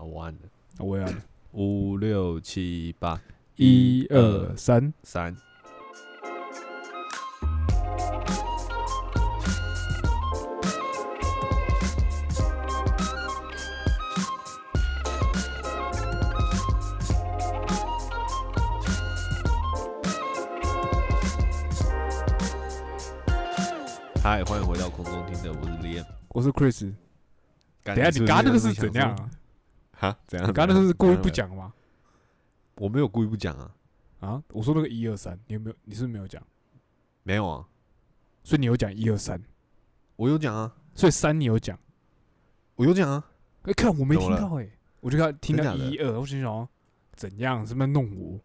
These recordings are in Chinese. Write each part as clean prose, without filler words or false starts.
我按了， 我也按了 5、6、7、8， 1、2、3。 3。嗨，欢迎回到空中听的，我是 Liam， 我是 Chris。等一下，你刚刚那个是怎样啊？ 哈？怎样？ 你刚刚那个是故意不讲吗？ 我没有故意不讲啊。 啊，我说那个1、2、3，你有没有？你是不是没有讲？ 没有啊。 所以你有讲1、2、3。 我有讲啊。 所以3你有讲。 我有讲啊。 看我没听到我就听到 1、 2，我心想怎样？是不是弄我？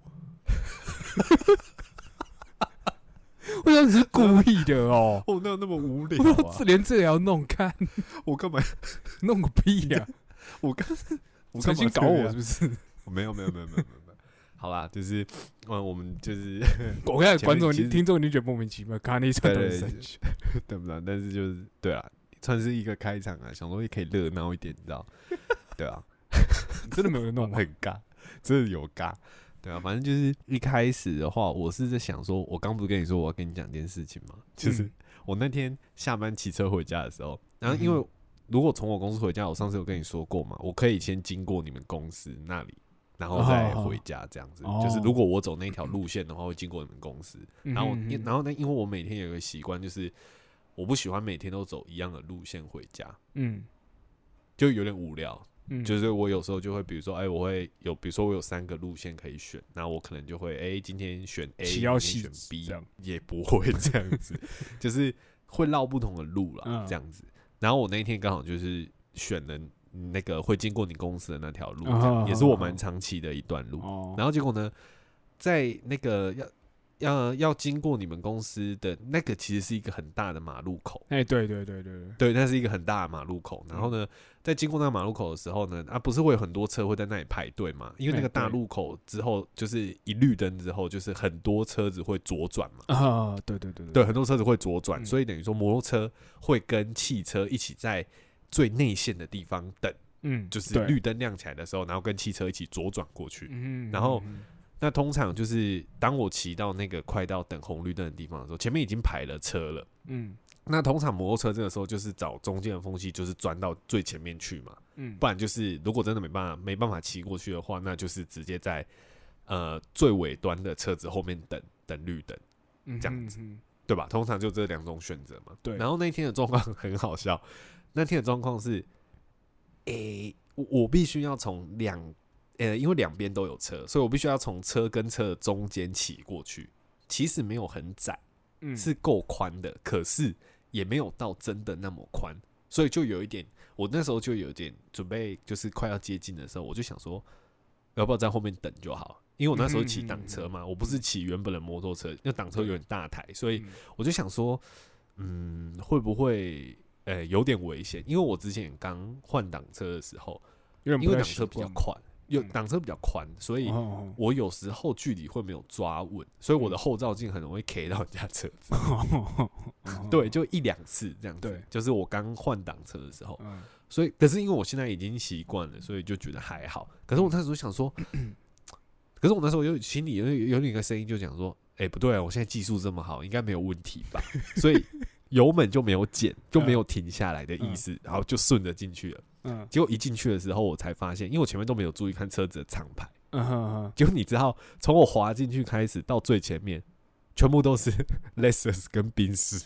我想你是故意的哦。 我哪有那么无聊啊？ 我连这也要弄看？ 我干嘛弄个屁呀！ 我诚心搞我是不是？ 没有。好啦，就是我们就是我看观众、听众，你觉得莫名其妙，看那一串都是神奇， 对不对？但是就是对啊，算是一个开场啊，想说也可以热闹一点，你知道？对啊， 真的没有人弄吗？ 很尬，真的有尬。对啊，反正就是一开始的话，我是在想说，我刚不是跟你说我要跟你讲件事情吗？就是我那天下班骑车回家的时候，然后因为如果从我公司回家，我上次有跟你说过嘛，我可以先经过你们公司那里，然后再回家这样子。就是如果我走那条路线的话，会经过你们公司。然后呢，因为我每天有一个习惯，就是我不喜欢每天都走一样的路线回家，就有点无聊。就是我有时候就会，比如说，我会有，比如说我有3个路线可以选，然后我可能就会，今天选 A， 明天选 B， 也不会这样子，就是会绕不同的路啦，这样子。然后我那一天刚好就是选了那个会经过你公司的那条路，也是我蛮长期的一段路。然后结果呢，在那个要经过你们公司的那个，其实是一个很大的马路口。对，那是一个很大的马路口。然后呢，在经过那个马路口的时候呢，不是会有很多车会在那里排队嘛？因为那个大路口之后，就是一绿灯之后，就是很多车子会左转嘛。对，很多车子会左转，所以等于说摩托车会跟汽车一起在最内线的地方等。就是绿灯亮起来的时候，然后跟汽车一起左转过去。然后。那通常就是当我骑到那个快到等红绿灯的地方的时候，前面已经排了车了。那通常摩托车这个时候就是找中間的缝隙，就是钻到最前面去嘛。不然就是如果真的没办法骑过去的话，那就是直接在最尾端的车子后面等绿灯，这样子，对吧？通常就这2种选择嘛。对。然后那天的状况很好笑，那天的状况是，我必须要从因为2边都有车，所以我必须要从车跟车的中间骑过去。其实没有很窄，是够宽的，可是也没有到真的那么宽，所以就有一点，我那时候就有一点准备，就是快要接近的时候，我就想说，要不要在后面等就好？因为我那时候骑挡车嘛，我不是骑原本的摩托车，因为挡车有点大台，所以我就想说，会不会有点危险？因为我之前刚换挡车的时候，因为挡车比较宽。挡车比较宽，所以我有时候距离会没有抓稳，所以我的后照镜很容易 K 到人家车子。对，就1、2次这样子。就是我刚换挡车的时候，所以可是因为我现在已经习惯了，所以就觉得还好。可是我那时候想说，可是我那时候心里有一个声音就讲说，不对啊，我现在技术这么好，应该没有问题吧？所以油门就没有减，就没有停下来的意思，然后就顺着进去了。结果一进去的时候，我才发现，因为我前面都没有注意看车子的厂牌。结果你知道，从我滑进去开始到最前面，全部都是 Lexus 跟宾士。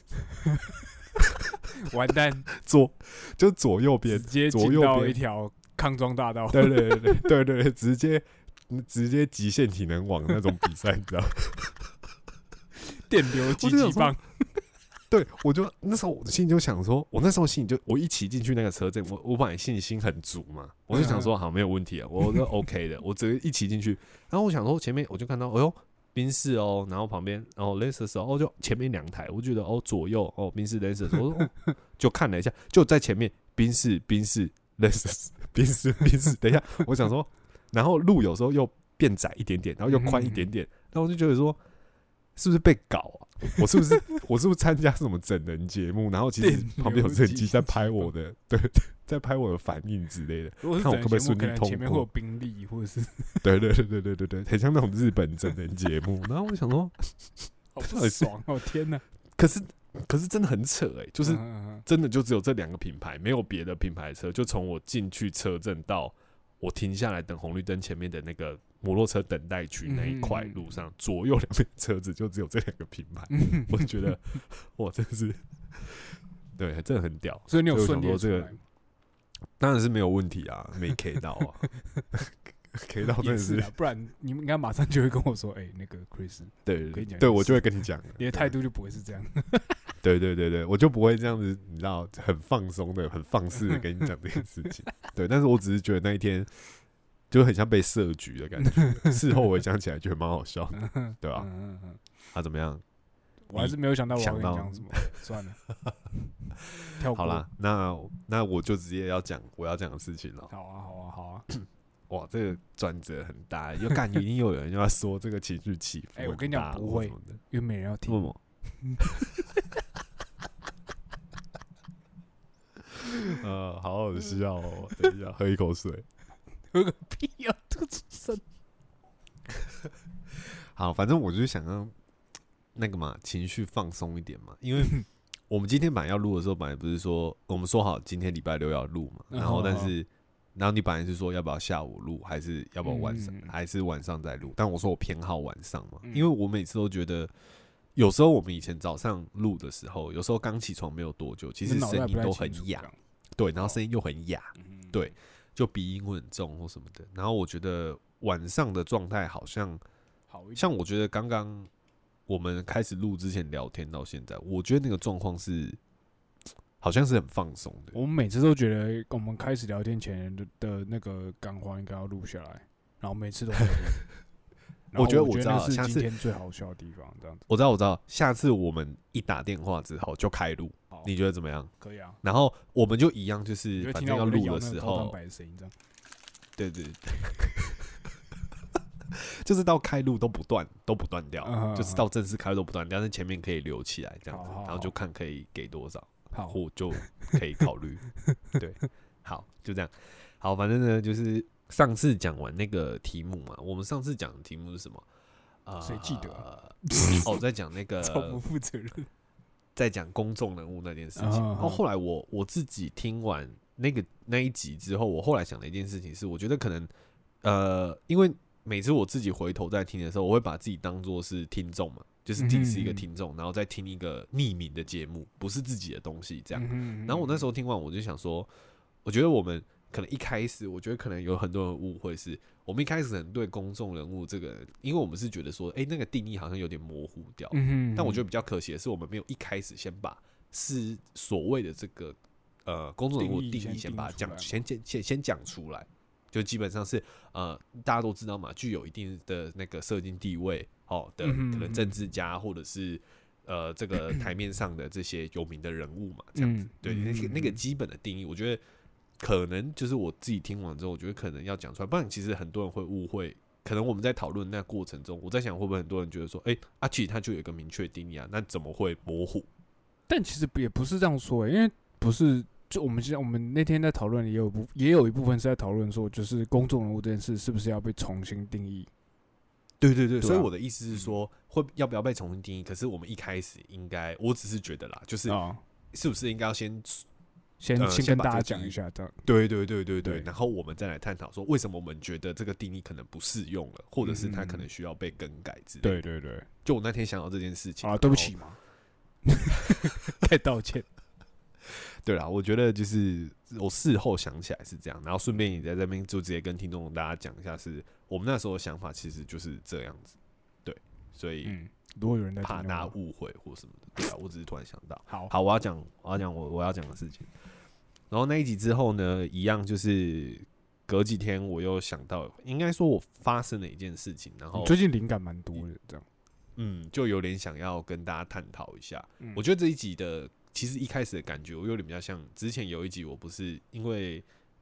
完蛋， 就左右边， 直接进到一条康庄大道。 对，直接极限体能网那种比赛，你知道？ 电流击击棒。 对，我就那时候我的心里就想说，我那时候心里就我一骑进去那个车阵，我本来信心很足嘛，我就想说好没有问题啊，我都 OK 的，我直接一骑进去，然后我想说前面我就看到宾士哦，然后旁边Lexus 哦，就前面2台，我觉得左右宾士 Lexus， 我就看了一下，就在前面宾士 Lexus 宾士，等一下我想说，然后路有时候又变窄一点点，然后又宽一点点，然后我就觉得说。 是不是被搞啊？我是不是参加什么整人节目？然后其实旁边有摄影机在拍我的，对，在拍我的反应之类的，看我可不可以顺利通过。 前面会有宾利或者是对，很像那种日本整人节目。然后我想说， 好不爽哦！天哪！ 可是真的很扯就是真的就只有这2个品牌，没有别的品牌车。就从我进去车阵到我停下来等红绿灯前面的那个摩托车等待区那一块路上，左右2边车子就只有这2个品牌。我觉得哇，真的是对，真的很屌。 所以你有顺利这个当然是没有问题啊，没 K 到啊。K 到真的是， 不然你应该马上就会跟我说，那个 Chris， 对，我就会跟你讲， 你的态度就不会是这样。 对，我就不会这样子，你知道，很放松的、很放肆的跟你讲这件事情。对，但是我只是觉得那一天就很像被设局的感觉。事后回想起来，觉得蛮好笑的，对吧？怎么样？ 我还是没有想到我要跟你讲什么，算了，跳过。 好啦，那我就直接要讲我要讲的事情了。 好啊。 哇，这个转折很大，一定有人要说这个情绪起伏。 我跟你讲不会，因为没人要听。 为什么？好好笑哦！等一下，喝一口水。 喝个屁啊！这个出声。 好，反正我就是想让那个嘛，情绪放松一点嘛，因为我们今天本来要录的时候，本来不是说我们说好今天礼拜6要录嘛，然后然后你本来是说要不要下午录，还是要不要晚上，还是晚上再录？但我说我偏好晚上嘛，因为我每次都觉得，有时候我们以前早上录的时候，有时候刚起床没有多久，其实声音都很哑，对，然后声音又很哑，对，就鼻音会很重或什么的。然后我觉得晚上的状态好像我觉得刚刚我们开始录之前聊天到现在，我觉得那个状况是。好像是很放松的。 我们每次都觉得，我们开始聊天前的那个感话应该要录下来，然后每次都会录。 我觉得我知道， 是今天最好笑的地方，这样子。 我知道，下次我们一打电话之后就开录，你觉得怎么样？ 可以啊。 然后我们就一样，就是反正要录的时候，对，就是到开录都不断掉，就是到正式开录都不断掉，但是前面可以留起来这样子，然后就看可以给多少。或就可以考虑，对，好，就这样，好，反正呢，就是上次讲完那个题目嘛，我们上次讲的题目是什么？ 谁记得啊？ 在讲那个超不负责任， 在讲公众人物那件事情。然后后来我自己听完那一集之后，我后来想的一件事情是，我觉得可能因为每次我自己回头在听的时候，我会把自己当作是听众嘛。就是自己是一个听众，然后再听一个匿名的节目，不是自己的东西这样。然后我那时候听完，我就想说，我觉得我们可能一开始，我觉得可能有很多人误会是，我们一开始可能对公众人物这个，因为我们是觉得说，那个定义好像有点模糊掉。但我觉得比较可惜的是，我们没有一开始先把是所谓的这个公众人物定义先把它先讲出来。就基本上是大家都知道嘛，具有一定的那个社经地位的可能政治家，或者是这个台面上的这些有名的人物嘛，这样子。对，那个基本的定义，我觉得可能就是我自己听完之后，我觉得可能要讲出来，不然其实很多人会误会。可能我们在讨论那过程中，我在想会不会很多人觉得说，其实他就有一个明确定义啊，那怎么会模糊？ 但其实也不是这样说，因为不是。就我们那天在讨论，也有一部分是在讨论说，就是公众人物这件事是不是要被重新定义？ 对，所以我的意思是说，要不要被重新定义？可是我们一开始应该，我只是觉得啦，就是是不是应该要先跟大家讲一下的？ 对，然后我们再来探讨说，为什么我们觉得这个定义可能不适用了，或者是它可能需要被更改之类的。 对， 就我那天想到这件事情对不起嘛，该道歉。 对啦，我觉得就是我事后想起来是这样，然后顺便也在这边就直接跟听眾大家讲一下，是我们那时候的想法其实就是这样子，对，所以如果有人在怕大家误会或什么的，对啊，我只是突然想到， 好， 我要讲我要讲的事情，然后那一集之后呢，一样就是隔几天我又想到，应该说我发生了一件事情，然后最近灵感蛮多的，这样，就有点想要跟大家探讨一下，我觉得这一集的。其实一开始的感觉，我有点比较像之前有一集，我不是因为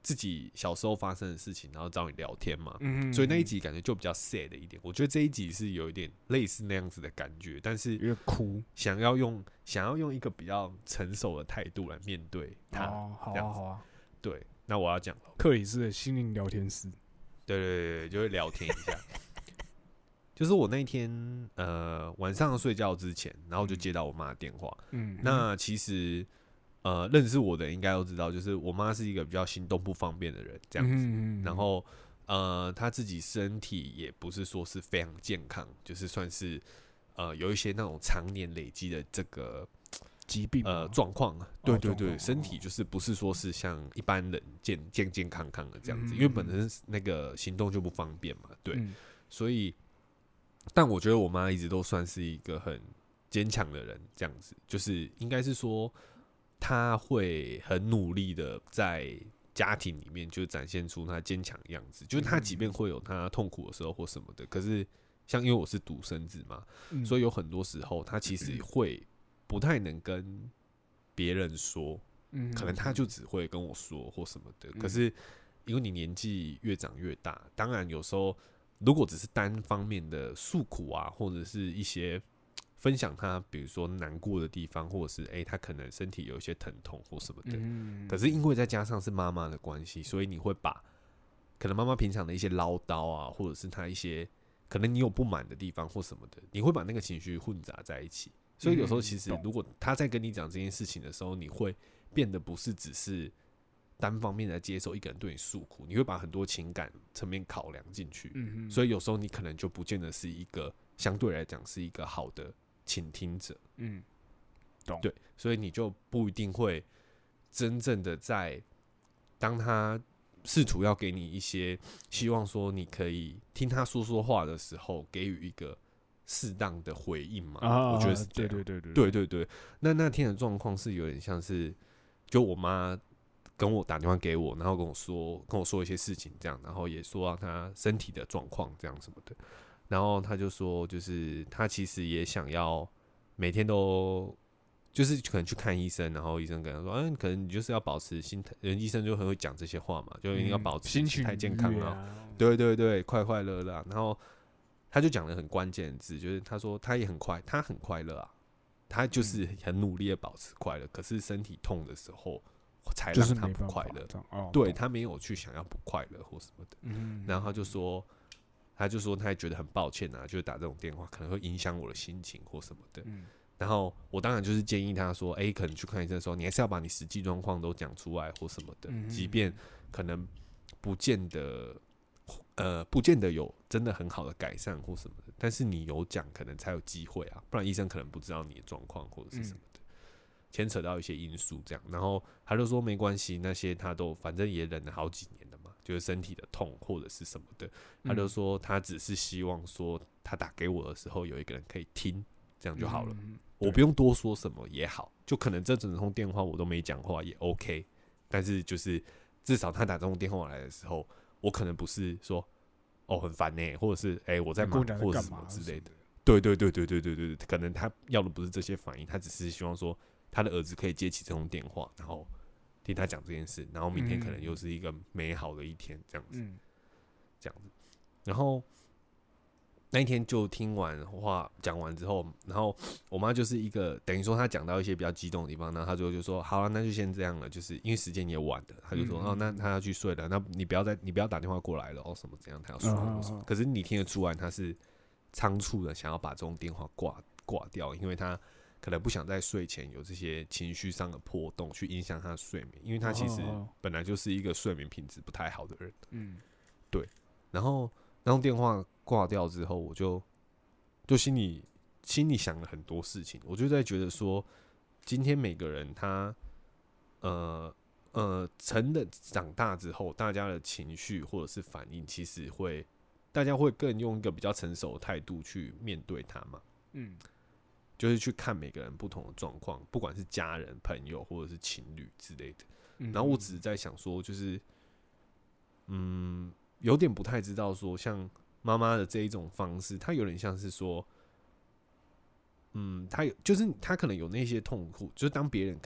自己小时候发生的事情，然后找你聊天嘛， 嗯， 所以那一集感觉就比较 sad 一点。我觉得这一集是有一点类似那样子的感觉，但是有点哭， 想要用一个比较成熟的态度来面对它。 哦，好这样子啊好啊， 对，那我要讲了， 克里斯的心灵聊天室， 对对对，就会聊天一下。就是我那天晚上睡觉之前，然后就接到我妈的电话。那其实认识我的人应该都知道，就是我妈是一个比较行动不方便的人，这样子。然后她自己身体也不是说是非常健康，就是算是有一些那种常年累积的这个疾病状况。对对对，身体就是不是说是像一般人健康康的这样子，因为本身那个行动就不方便嘛，对，所以。但我觉得我妈一直都算是一个很坚强的人，这样子，就是应该是说，她会很努力的在家庭里面就展现出她坚强的样子。就是她即便会有她痛苦的时候或什么的，可是像因为我是独生子嘛，所以有很多时候她其实会不太能跟别人说，可能她就只会跟我说或什么的。可是因为你年纪越长越大，当然有时候。如果只是单方面的诉苦啊，或者是一些分享他，比如说难过的地方，或者是他可能身体有一些疼痛或什么的，可是因为再加上是妈妈的关系，所以你会把可能妈妈平常的一些唠叨啊，或者是她一些可能你有不满的地方或什么的，你会把那个情绪混杂在一起。所以有时候其实如果他在跟你讲这件事情的时候，你会变得不是只是。单方面来接受一个人对你诉苦，你会把很多情感层面考量进去，所以有时候你可能就不见得是一个相对来讲是一个好的倾听者， 懂， 对，所以你就不一定会真正的在当他试图要给你一些希望说你可以听他说话的时候，给予一个适当的回应嘛，我觉得是这样，对，那天的状况是有点像是，就我妈。跟我打电话给我，然后跟我说一些事情，这样，然后也说到他身体的状况，这样什么的，然后他就说，就是他其实也想要每天都，就是可能去看医生，然后医生跟他说，可能你就是要保持心态，医生就很会讲这些话嘛，就要保持心态健康啊，对，快快乐乐啊，然后他就讲了很关键的字，就是他说他很快乐啊，他就是很努力的保持快乐，可是身体痛的时候。才让他不快乐，对他没有去想要不快乐或什么的，然后他就说他也觉得很抱歉啊，就是打这种电话可能会影响我的心情或什么的，然后我当然就是建议他说，可能去看医生的时候，你还是要把你实际状况都讲出来或什么的，即便可能不见得有真的很好的改善或什么的，但是你有讲，可能才有机会啊，不然医生可能不知道你的状况或者是什么的。牵扯到一些因素，这样，然后他就说没关系，那些他都反正也忍了好几年了嘛，就是身体的痛或者是什么的，他就说他只是希望说他打给我的时候有一个人可以听，这样就好了，我不用多说什么也好，就可能这整通电话我都没讲话也 OK， 但是就是至少他打这通电话来的时候，我可能不是说很烦或者是我在忙或者什么之类的，对，可能他要的不是这些反应，他只是希望说。他的儿子可以接起这通电话，然后听他讲这件事，然后明天可能又是一个美好的一天，这样子，然后那一天就听完话讲完之后，然后我妈就是一个等于说她讲到一些比较激动的地方，然后她就说好了，那就先这样了，就是因为时间也晚了，她就说那她要去睡了，那你不要打电话过来了什么怎样，她要说，可是你听得出来她是仓促的想要把这种电话挂掉，因为她。可能不想在睡前有这些情绪上的波动去影响他的睡眠，因为他其实本来就是一个睡眠品质不太好的人。对。然后那通电话挂掉之后，我就心里想了很多事情，我就在觉得说，今天每个人他长大之后，大家的情绪或者是反应，其实大家会更用一个比较成熟的态度去面对它嘛。就是去看每个人不同的状况，不管是家人、朋友或者是情侣之类的。然后我只是在想说，就是有点不太知道说，像妈妈的这一种方式，她有点像是说，她可能有那些痛苦，就是当别人可能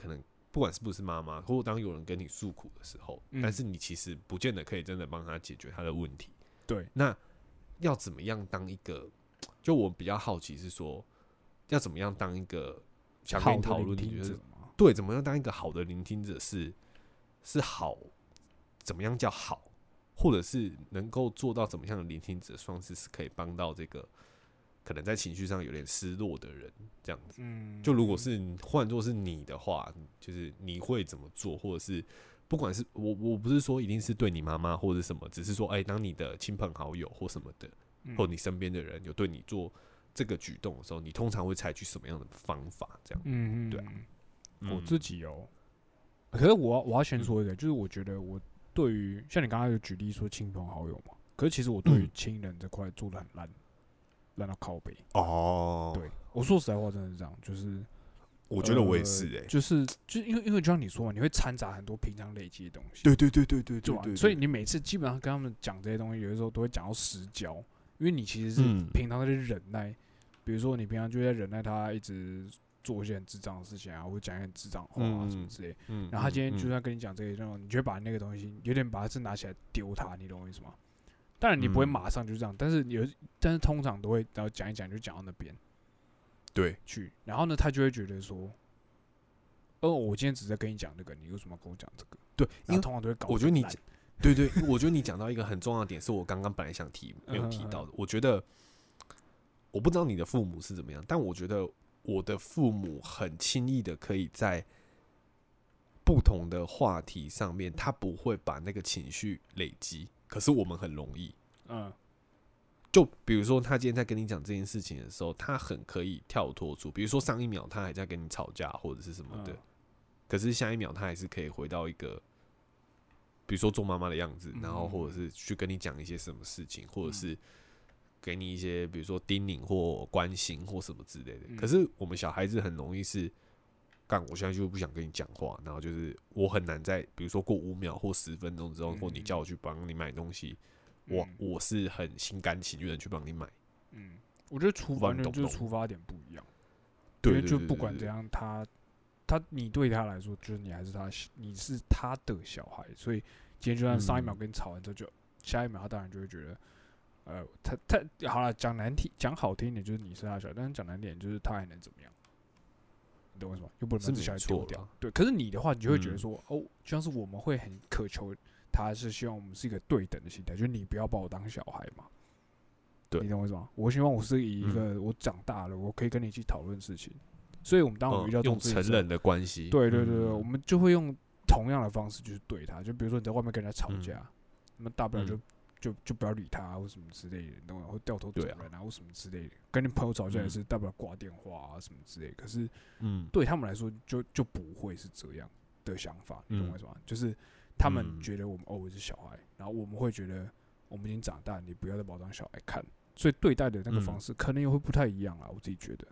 不管是不是妈妈，或者当有人跟你诉苦的时候，但是你其实不见得可以真的帮他解决他的问题。 对， 那要怎么样当一个？就我比较好奇是说，要怎么样当一个想跟你讨论，你觉得对？怎么样当一个好的聆听者是好？怎么样叫好？或者是能够做到怎么样的聆听者，算是可以帮到这个可能在情绪上有点失落的人，这样子。就如果是换作是你的话，就是你会怎么做，或者是不管是我不是说一定是对你妈妈或者什么，只是说当你的亲朋好友或什么的，或你身边的人有对你做这个举动的时候，你通常会采取什么样的方法？这样，对啊。 我自己可是我要先说一个，就是我觉得我对于像你刚刚有举例说亲朋好友嘛，可是其实我对于亲人这块做的很烂。烂到靠北哦， 对，我说实在话，真的是这样，就是我觉得我也是就是因为就像你说嘛，你会掺杂很多平常累积的东西， 对， 所以你每次基本上跟他们讲这些东西，有的时候都会讲到死焦，因为你其实是平常在忍耐，比如说你平常就在忍耐他一直做一些很智障的事情啊，或者讲一些很智障的话啊什么之类，然后他今天就算跟你讲这些，你就会把那个东西有点把它是拿起来丢他，你懂我意思吗？当然你不会马上就这样，但是通常都会，然后讲一讲就讲到那边， 对， 去，然后呢，他就会觉得说，我今天只是在跟你讲这个，你为什么要跟我讲这个？ 对， 因为通常都会搞。 我觉得你，对，我觉得你讲到一个很重要的点，是我刚刚本来想提没有提到的。我觉得，我不知道你的父母是怎么样，但我觉得我的父母很轻易的可以在不同的话题上面，他不会把那个情绪累积。可是我们很容易，就比如说他今天在跟你讲这件事情的时候，他很可以跳脱出，比如说上一秒他还在跟你吵架或者是什么的，可是下一秒他还是可以回到一个，比如说做妈妈的样子，然后或者是去跟你讲一些什么事情，或者是给你一些比如说叮咛或关心或什么之类的。可是我们小孩子很容易是，我现在就不想跟你讲话，然后就是我很难在比如说过5秒或10分钟之后，或你叫我去帮你买东西，我是很心甘情愿的去帮你买。 我觉得反正就是出发点不一样， 对， 就不管怎样，你对他来说，就是你是他的小孩，所以今天就算上一秒跟你吵完之后，就下一秒他当然就会觉得，他好了，讲好听一点就是你是他的小孩，但是讲难听点就是他还能怎么样？你懂我什么？又不能把这小孩丢掉。对，可是你的话，你就会觉得说，就像是我们会很渴求，他是希望我们是一个对等的心态，就是你不要把我当小孩嘛。 对， 你懂我什么？我希望我是以一个我长大了，我可以跟你一起讨论事情。所以我们当我们遇到这种事情， 用成人的关系， 对，我们就会用同样的方式，就是对他。就比如说你在外面跟人家吵架，那么大不了就不要理他或什么之类的，你懂吗？或掉头走人啊，或什么之类的。跟你朋友吵架也是大不了挂电话啊什么之类的。可是，对他们来说就不会是这样的想法，你懂我意思吗？就是他们觉得我们是小孩，然后我们会觉得我们已经长大，你不要再把我当小孩看。所以对待的那个方式可能也会不太一样啦，我自己觉得。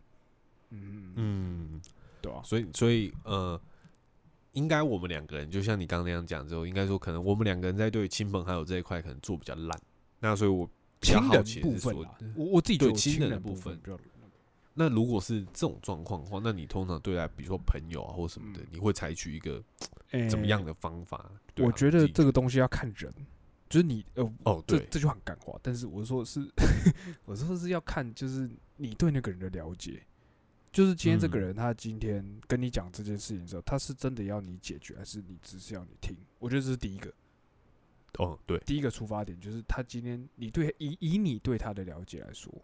对啊。 所以应该我们2个人就像你刚刚那样讲之后，应该说可能我们2个人在对亲朋好友这一块可能做比较烂。那所以我比较好奇的是说， 我自己觉得亲人的部分比较。 那如果是这种状况的话，那你通常对待比如说朋友啊或什么的，你会采取一个怎么样的方法？ 我觉得这个东西要看人，就是你对， 这就很干话。但是我说是要看，就是你对那个人的了解。就是今天这个人，他今天跟你讲这件事情的时候，他是真的要你解决，还是你只是要你听？我觉得这是第一个。 对， 第一个出发点就是他今天以你对他的了解来说，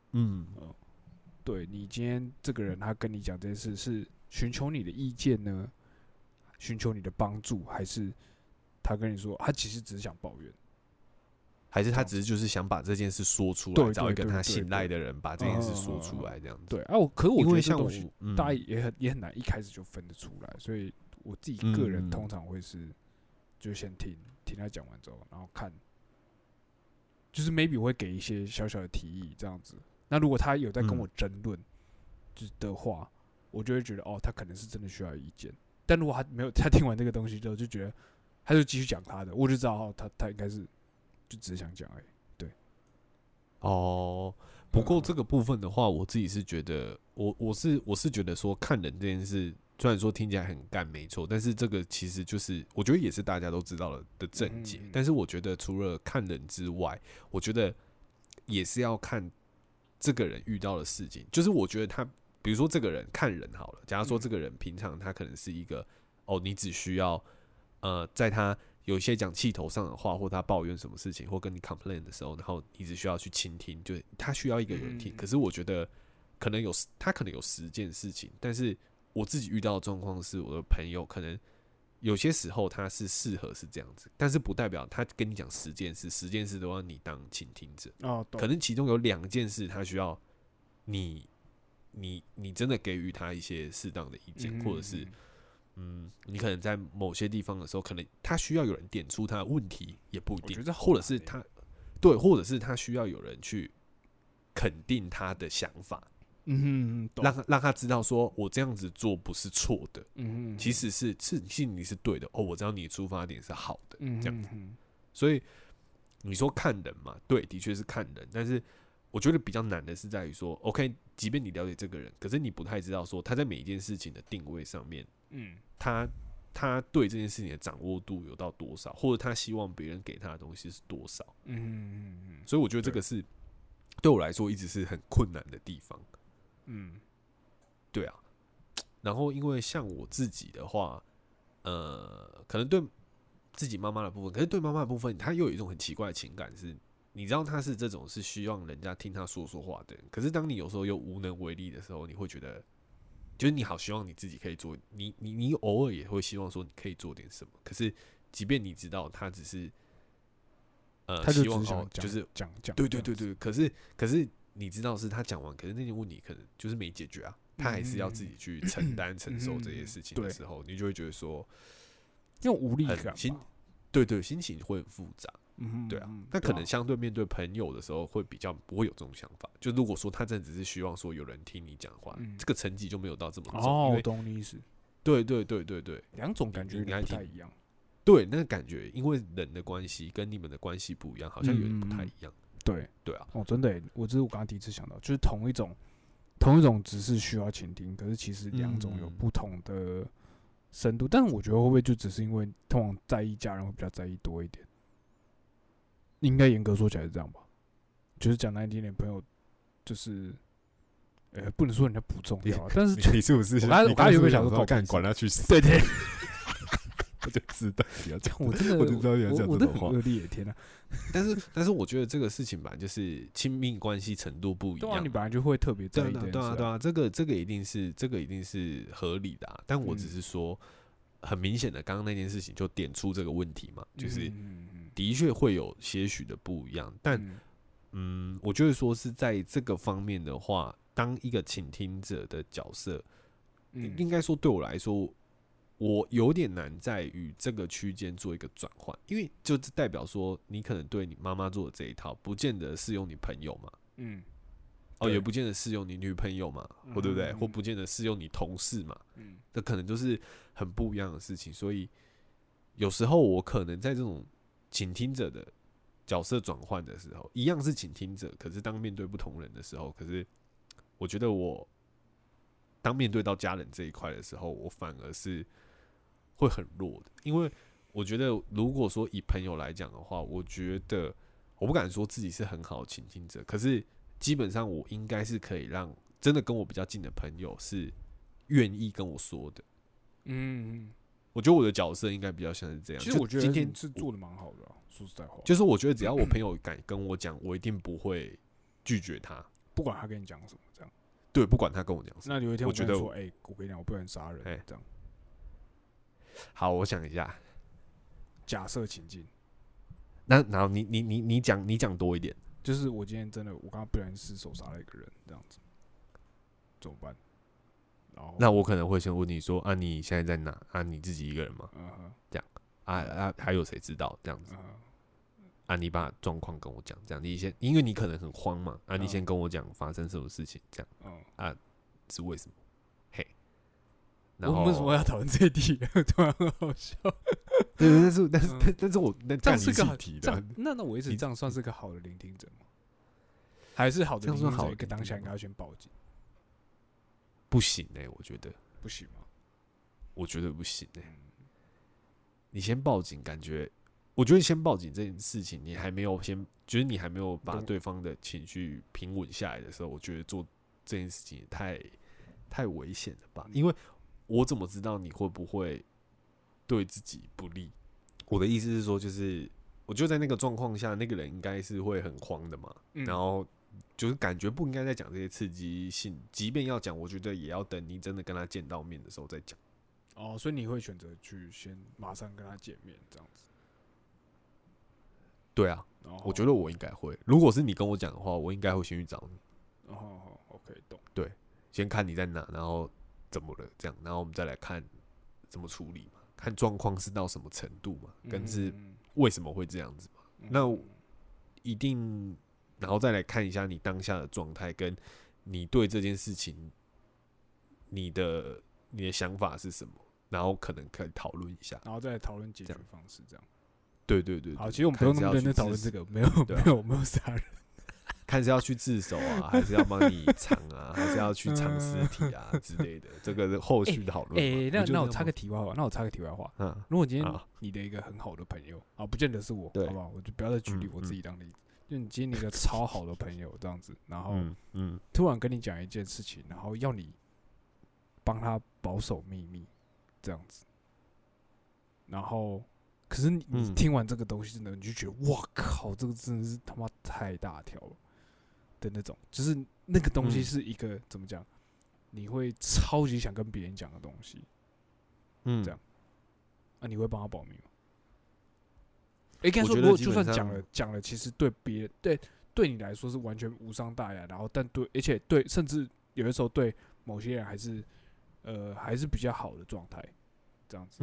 对你今天这个人他跟你讲这件事是寻求你的意见呢，寻求你的帮助，还是他跟你说他其实只是想抱怨？ 还是他只是就是想把这件事说出来，找一个他信赖的人把这件事说出来，这样子。 对可是我觉得这东西大家也很难一开始就分得出来，所以我自己个人通常会是，就先听他讲完之后，然后看，就是 maybe 我会给一些小小的提议这样子。那如果他有在跟我争论的话，我就会觉得他可能是真的需要意见。但如果他没有，他听完这个东西之后就觉得他就继续讲他的，我就知道他应该是。就只是想讲而已，对。 不过这个部分的话，我自己是觉得，我是觉得说看人这件事， 虽然说听起来很干，没错，但是这个其实就是我觉得也是大家都知道了的症结。但是我觉得除了看人之外，我觉得也是要看这个人遇到的事情。就是我觉得他，比如说这个人看人好了，假如说这个人平常他可能是一个你只需要在他有一些讲气头上的话，或他抱怨什么事情，或跟你 complain 的时候，然后你只需要去倾听，就是他需要一个人听。可是我觉得他可能有10件事情，但是我自己遇到的状况是，我的朋友可能有些时候他是适合是这样子，但是不代表他跟你讲10件事，10件事都要你当倾听者。可能其中有2件事他需要你真的给予他一些适当的意见，或者是你可能在某些地方的时候，可能他需要有人点出他的问题，也不一定，或者是或者是他需要有人去肯定他的想法。让他知道说，我这样子做不是错的，其实是你是对的，我知道你的出发点是好的，这样子。所以你说看人嘛，对，的确是看人，但是我觉得比较难的是在于说 ，OK， 即便你了解这个人，可是你不太知道说他在每一件事情的定位上面，他对这件事情的掌握度有到多少，或者他希望别人给他的东西是多少，所以我觉得这个是对我来说一直是很困难的地方。对啊，然后因为像我自己的话，可能对自己妈妈的部分，可是对妈妈的部分，她又有一种很奇怪的情感是，你知道她是这种是希望人家听她说话的人，可是当你有时候又无能为力的时候，你会觉得，就是你好希望你自己可以做，你偶尔也会希望说你可以做点什么，可是即便你知道她只是， 他就希望就是讲， 对，可是。你知道是他讲完，可是那件问题可能就是没解决啊，他还是要自己去承担、承受这些事情的时候，你就会觉得说， 那种无力感， 对，心情会很复杂，对啊。那可能相对面对朋友的时候，会比较不会有这种想法。就如果说他真的只是希望说有人听你讲话，这个层级就没有到这么重。 我懂你意思。 对， 两种感觉有点不太一样。 对，那个感觉，因为人的关系跟你们的关系不一样，好像有点不太一样。对啊， 真的耶，这是我刚刚第一次想到，就是同一种只是需要倾听，可是其实2种有不同的深度。但我觉得会不会就只是因为通常在意家人会比较在意多一点？应该严格说起来是这样吧？就是讲难听点，朋友就是，不能说人家不重要，但是你是不是？ 我刚才有没有想说干管他去死？ 对。 我就知道你要讲， 我真的， 我就知道你要讲这种话。 恶劣，天哪！ 但是我觉得这个事情吧，就是亲密关系程度不一样， 你本来就会特别在意。 对啊，这个一定是合理的啊。但我只是说，很明显的，刚刚那件事情就点出这个问题嘛，就是的确会有些许的不一样。但我觉得说是在这个方面的话，当一个倾听者的角色，应该说对我来说。我有点难在于这个区间做一个转换，因为就代表说你可能对你妈妈做的这一套，不见得适用你朋友嘛，也不见得适用你女朋友嘛，或对不对？或不见得适用你同事嘛，这可能就是很不一样的事情。所以有时候我可能在这种倾听者的角色转换的时候，一样是倾听者，可是当面对不同人的时候，可是我觉得我当面对到家人这一块的时候，我反而是会很弱的，因为我觉得如果说以朋友来讲的话，我觉得我不敢说自己是很好的倾听者，可是基本上我应该是可以让真的跟我比较近的朋友是愿意跟我说的。我觉得我的角色应该比较像是这样。 其实我觉得今天是做的蛮好的说实在话， 就是我觉得只要我朋友敢跟我讲，我一定不会拒绝他， 不管他跟你讲什么，这样。 对，不管他跟我讲什么。 那有一天我觉得说，我跟你讲，我不能杀人，这样。 好，我想一下， 假设情境。 然后你讲多一点， 就是我今天真的，我刚刚不小心失手杀了一个人，这样子怎么办？然后那我可能会先问你说，你现在在哪？你自己一个人吗？这样还有谁知道这样子？你把状况跟我讲，这样你先，因为你可能很慌嘛，你先跟我讲发生什么事情，这样，是为什么？嘿。 我们为什么要讨论这一题？突然很好笑。 对，但是我那这样是个好题的。 那我一直这样算是个好的聆听者吗？还是好的聆听者一个当下应该要先报警？ 不行我觉得不行吗？ 我觉得不行你先报警，感觉我觉得先报警这件事情，你还没有就是你还没有把对方的情绪平稳下来的时候，我觉得做这件事情也太危险了吧？因为我怎么知道你会不会对自己不利？我的意思是说，就是我就在那个状况下，那个人应该是会很慌的嘛，然后就是感觉不应该再讲这些刺激性，即便要讲，我觉得也要等你真的跟他见到面的时候再讲。 哦，所以你会选择去先马上跟他见面这样子？ 对啊，我觉得我应该会。如果是你跟我讲的话，我应该会先去找你。 哦 ，OK， 懂。 对，先看你在哪，然后怎么了这样，然后我们再来看怎么处理嘛，看状况是到什么程度嘛，跟是为什么会这样子嘛。那一定，然后再来看一下你当下的状态，跟你对这件事情你的想法是什么，然后可能可以讨论一下， 然后再讨论解决方式，这样。 对对对。 好，其实我们不用那么认真讨论这个，没有杀人。 看是要去自首啊，还是要帮你藏啊，还是要去藏尸体啊之类的，这个后续讨论。 那我插个题外话，如果今天你的一个很好的朋友啊，不见得是我，好不好？我就不要再举例我自己当例子。就你今天一个超好的朋友这样子，然后突然跟你讲一件事情，然后要你帮他保守秘密，这样子，然后。可是你听完这个东西，真的你就觉得哇靠，这个真的是他妈太大条了的那种，就是那个东西是一个怎么讲，你会超级想跟别人讲的东西，这样，你会帮他保密吗？应该说，如果就算讲了，其实对别人对你来说是完全无伤大雅，然后而且甚至有的时候对某些人还是比较好的状态，这样子，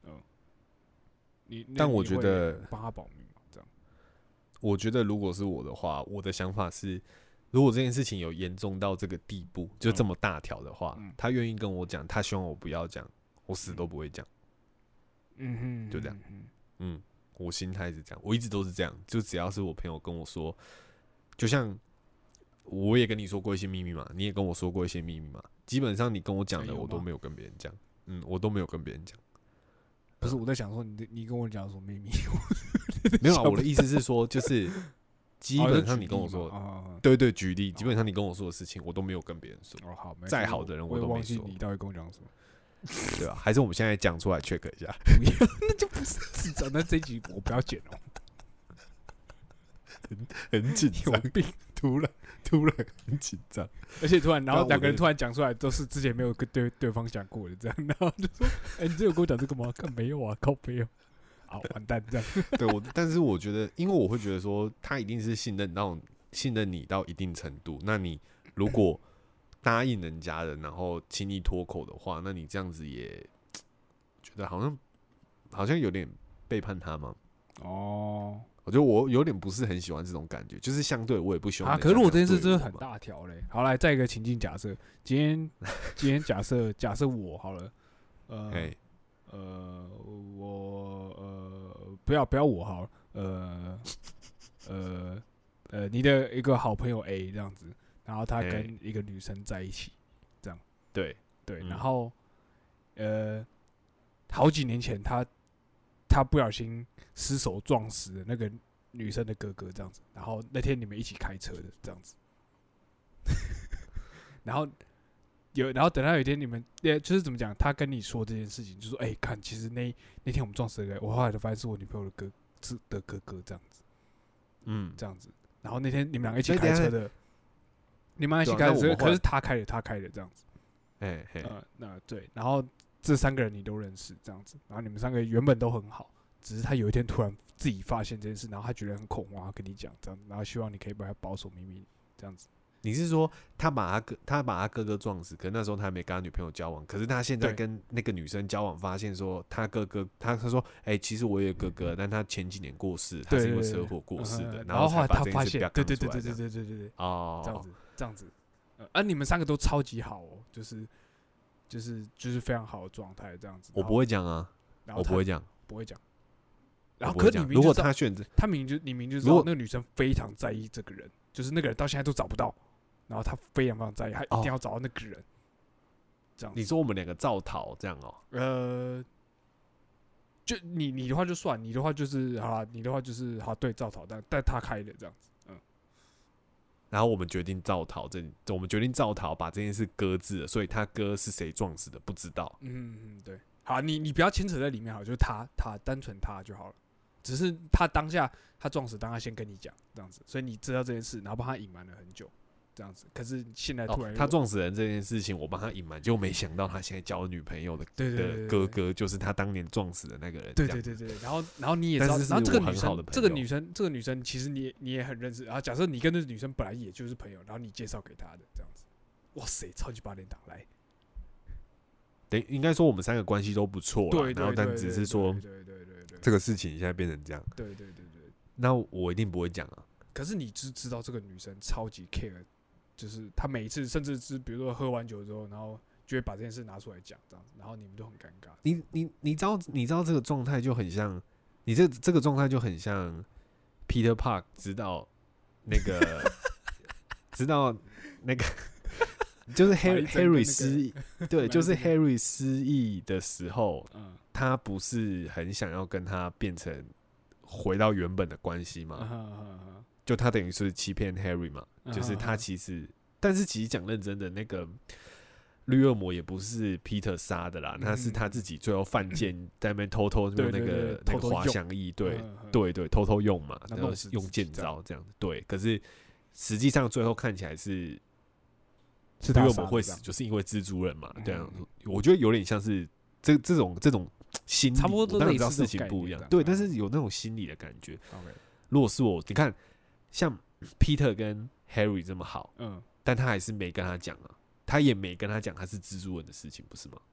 但我觉得帮他保密嘛，这样。 我觉得如果是我的话，我的想法是，如果这件事情有严重到这个地步，就这么大条的话，他愿意跟我讲，他希望我不要讲，我死都不会讲。就这样。我心态是这样，我一直都是这样，就只要是我朋友跟我说，就像我也跟你说过一些秘密嘛，你也跟我说过一些秘密嘛，基本上你跟我讲的，我都没有跟别人讲。我都没有跟别人讲。 不是我在想说你跟我讲什么秘密？ 没有啊，我的意思是说，就是基本上你跟我说，对，举例，基本上你跟我说的事情，我都没有跟别人说。 好， 再好的人我都没说。 你到底跟我讲什么？ 对吧？还是我们现在讲出来 check 一下？ 不要，那就不是智障。那这一集我不要剪哦。 很紧张，突然很紧张， 而且然后两个人突然讲出来，都是之前没有跟对方讲过的，这样，然后就说：“你这有跟我讲这个吗？看没有啊，靠没有。”好，完蛋这样。 对但是我觉得，因为我会觉得说，他一定是信任你到一定程度。那你如果答应人家的，然后轻易脱口的话，那你这样子也觉得好像有点背叛他吗？我觉得我有点不是很喜欢这种感觉，就是相对我也不喜欢。 可是我这件事真的很大条嘞。好，来再一个情境假设，今天假设我好了，我不要我好了，你的一个好朋友 A 这样子，然后他跟一个女生在一起，这样，对，然后好几年前他不小心失手撞死了那个女生的哥哥，这样子。然后那天你们一起开车的，这样子。然后等到有一天你们，就是怎么讲？他跟你说这件事情，就说：“看，其实那天我们撞死了，我后来才发现是我女朋友的哥哥，这样子。”这样子。然后那天你们两个一起开车的，你们一起开车，可是他开的这样子。那对，然后。这3个人你都认识，这样子，然后你们3个原本都很好，只是他有一天突然自己发现这件事，然后他觉得很恐慌，他跟你讲这样，然后希望你可以帮他保守秘密，这样子。 你是说他把他哥哥撞死，可是那时候他还没跟他女朋友交往，可是他现在跟那个女生交往，发现说他哥哥，他说，其实我有哥哥，但他前几年过世，他是因为车祸过世的，然后才把这件事对， 对， 这样子，你们3个都超级好哦，就是非常好的状态，这样子。 我不会讲啊，我不会讲。 然后，可你如果他选择， 你明就知道那个女生非常在意这个人，就是那个人到现在都找不到，然后他非常非常在意，他一定要找到那个人。 这样子。 你说我们两个造逃这样就你的话就算，你的话就是好啦，你的话就是好对造逃，但他开的这样子。 然后我们决定造逃，我们决定造逃，把这件事搁置了，所以他哥是谁撞死的不知道。 对，好，你不要牵扯在里面好，就是他单纯他就好了。只是他当下他撞死，当他先跟你讲这样子，所以你知道这件事，然后帮他隐瞒了很久这样子。可是现在突然他撞死人这件事情，我帮他隐瞒，就没想到他现在交女朋友的哥哥就是他当年撞死的那个人。 对，然后你也知道，然后这个女生其实你也很认识。然后假设你跟那个女生本来也就是朋友，然后你介绍给她的这样子，哇塞，超级八点档来。 应该说我们三个关系都不错啦，然后但只是说这个事情现在变成这样。 对， 那我一定不会讲啊。 可是你知道这个女生超级 care， 就是她每一次甚至是比如说喝完酒之后，然后就会把这件事拿出来讲这样子，然后你们都很尴尬。 你知道这个状态就很像，你这个状态就很像 Peter Park 知道那个就是 Harry 失忆，对，就是 Harry 失忆的时候，他不是很想要跟他变成回到原本的关系吗？就他等于是欺骗 Harry 嘛，就是他其实，但是其实讲认真的，那个绿恶魔也不是 Peter 杀的啦，那是他自己最后犯贱，在那边偷用那个滑翔翼，对，偷偷用嘛，然后用剑招这样子，对，可是实际上最后看起来是。绿恶魔会死，就是因为蜘蛛人嘛，对啊，我觉得有点像是这种心理， 差不多都我当然知道事情不一样，对，但是有那种心理的感觉。如果是我，你看像 Peter 跟 Harry 这么好，但他还是没跟他讲啊，他也没跟他讲他是蜘蛛人的事情，不是吗？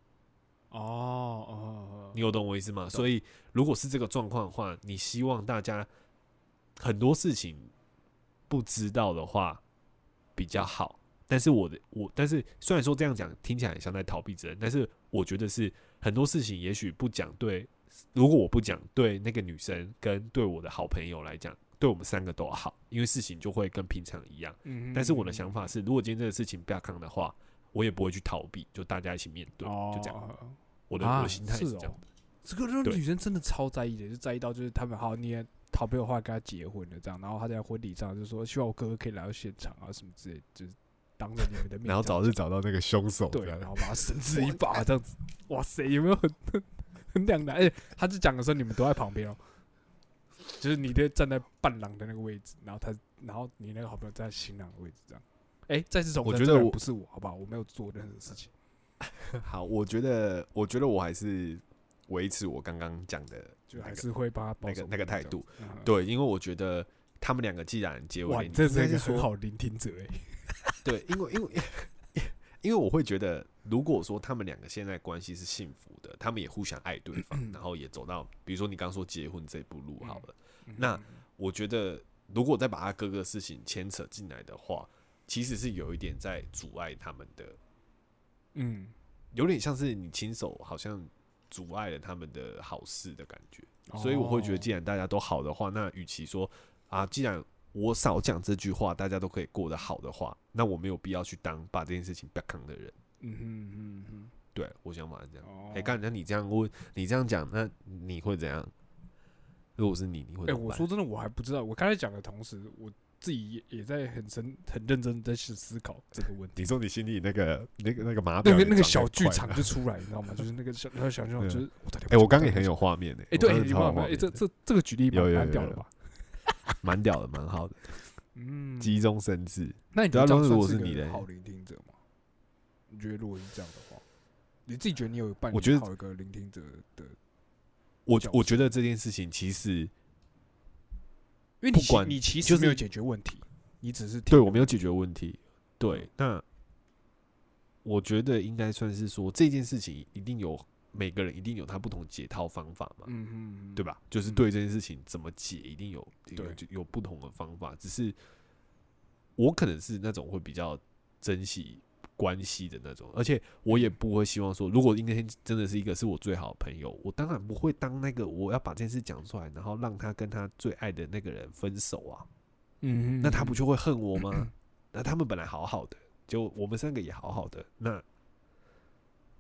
你有懂我意思吗？所以如果是这个状况的话，你希望大家很多事情不知道的话比较好。但是虽然说这样讲听起来很像在逃避责任，但是我觉得是很多事情也许不讲对，如果我不讲对那个女生跟对我的好朋友来讲，对我们三个都好，因为事情就会跟平常一样。但是我的想法是，如果今天这个事情不要扛的话，我也不会去逃避，就大家一起面对，就这样。我的心态是这样的。 这个女生真的超在意的，就在意到就是他们好，你也好朋友后来跟他结婚了这样，然后他在婚礼上就说希望我哥哥可以来到现场啊什么之类，就是。当着你们的面， 然后早日找到那个凶手， 对，然后把他绳之以法，这样子，哇塞，有没有很两难？他是讲的时候，你们都在旁边哦，就是你得站在伴郎的那个位置，然后你那个好朋友在新郎的位置，这样。再次重申，我觉得不是我，好不好？我没有做任何事情。 好，我觉得我还是维持我刚刚讲的， 就还是会帮他保守那个态度。对，因为我觉得他们两个既然结为连理， 这是一个很好聆听者对，因为我会觉得，如果说他们两个现在关系是幸福的，他们也互相爱对方，然后也走到，比如说你刚刚说结婚这步路好了，那我觉得如果再把他哥哥的事情牵扯进来的话，其实是有一点在阻碍他们的，有点像是你亲手好像阻碍了他们的好事的感觉，所以我会觉得，既然大家都好的话，那与其说既然我少讲这句话，大家都可以过得好的话，那我没有必要去把这件事情不要扛的人。对，我想法是这样。干，那你这样问，你这样讲，那你会怎样？如果是你会怎么办？ 我说真的，我还不知道。我刚才讲的同时，我自己也在很认真的去思考这个问题。 你说你心里那个码表，那个小剧场就出来，你知道吗？就是那个小剧场，就是我刚刚也很有画面的。 对，这个举例蛮屌的吧？ 蛮屌的，蛮好的。急中生智。 那你觉得如果是你的好聆听者吗？你觉得如果是这样的话，你自己觉得你有扮演好一个聆听者的？ 我觉得这件事情其实， 因为你其实没有解决问题，你只是对我没有解决问题。对，那我觉得应该算是说这件事情一定有。每个人一定有他不同解套方法嘛，对吧？就是对这件事情怎么解，一定有不同的方法。只是我可能是那种会比较珍惜关系的那种，而且我也不会希望说，如果今天真的是一个是我最好的朋友，我当然不会当那个我要把这件事讲出来，然后让他跟他最爱的那个人分手啊。那他不就会恨我吗？那他们本来好好的，就我们三个也好好的，那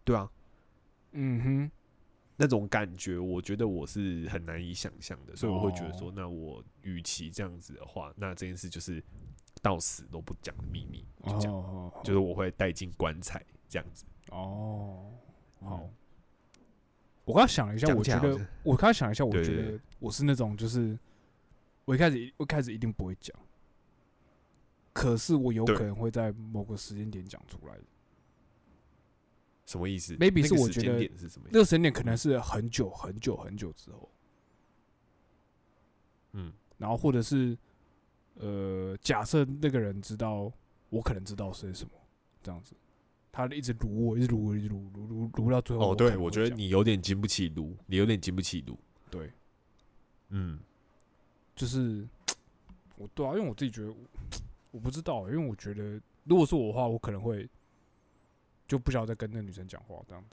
对啊， 嗯哼， 那种感觉，我觉得我是很难以想象的，所以我会觉得说，那我与其这样子的话，那这件事就是到死都不讲的秘密，就这样，就是我会带进棺材这样子。 哦，好。我刚想了一下，我觉得我是那种就是我一开始一定不会讲，可是我有可能会在某个时间点讲出来。 什么意思 ？maybe 是我觉得那个时间点可能是很久很久很久之后，然后或者是假设那个人知道我可能知道是什么，这样子。他一直撸我，一直撸到最后。 对，我觉得你有点经不起撸， 对， 就是对啊，因为我自己觉得我不知道，因为我觉得如果是我的话，我可能会就不想再跟那个女生讲话这样子，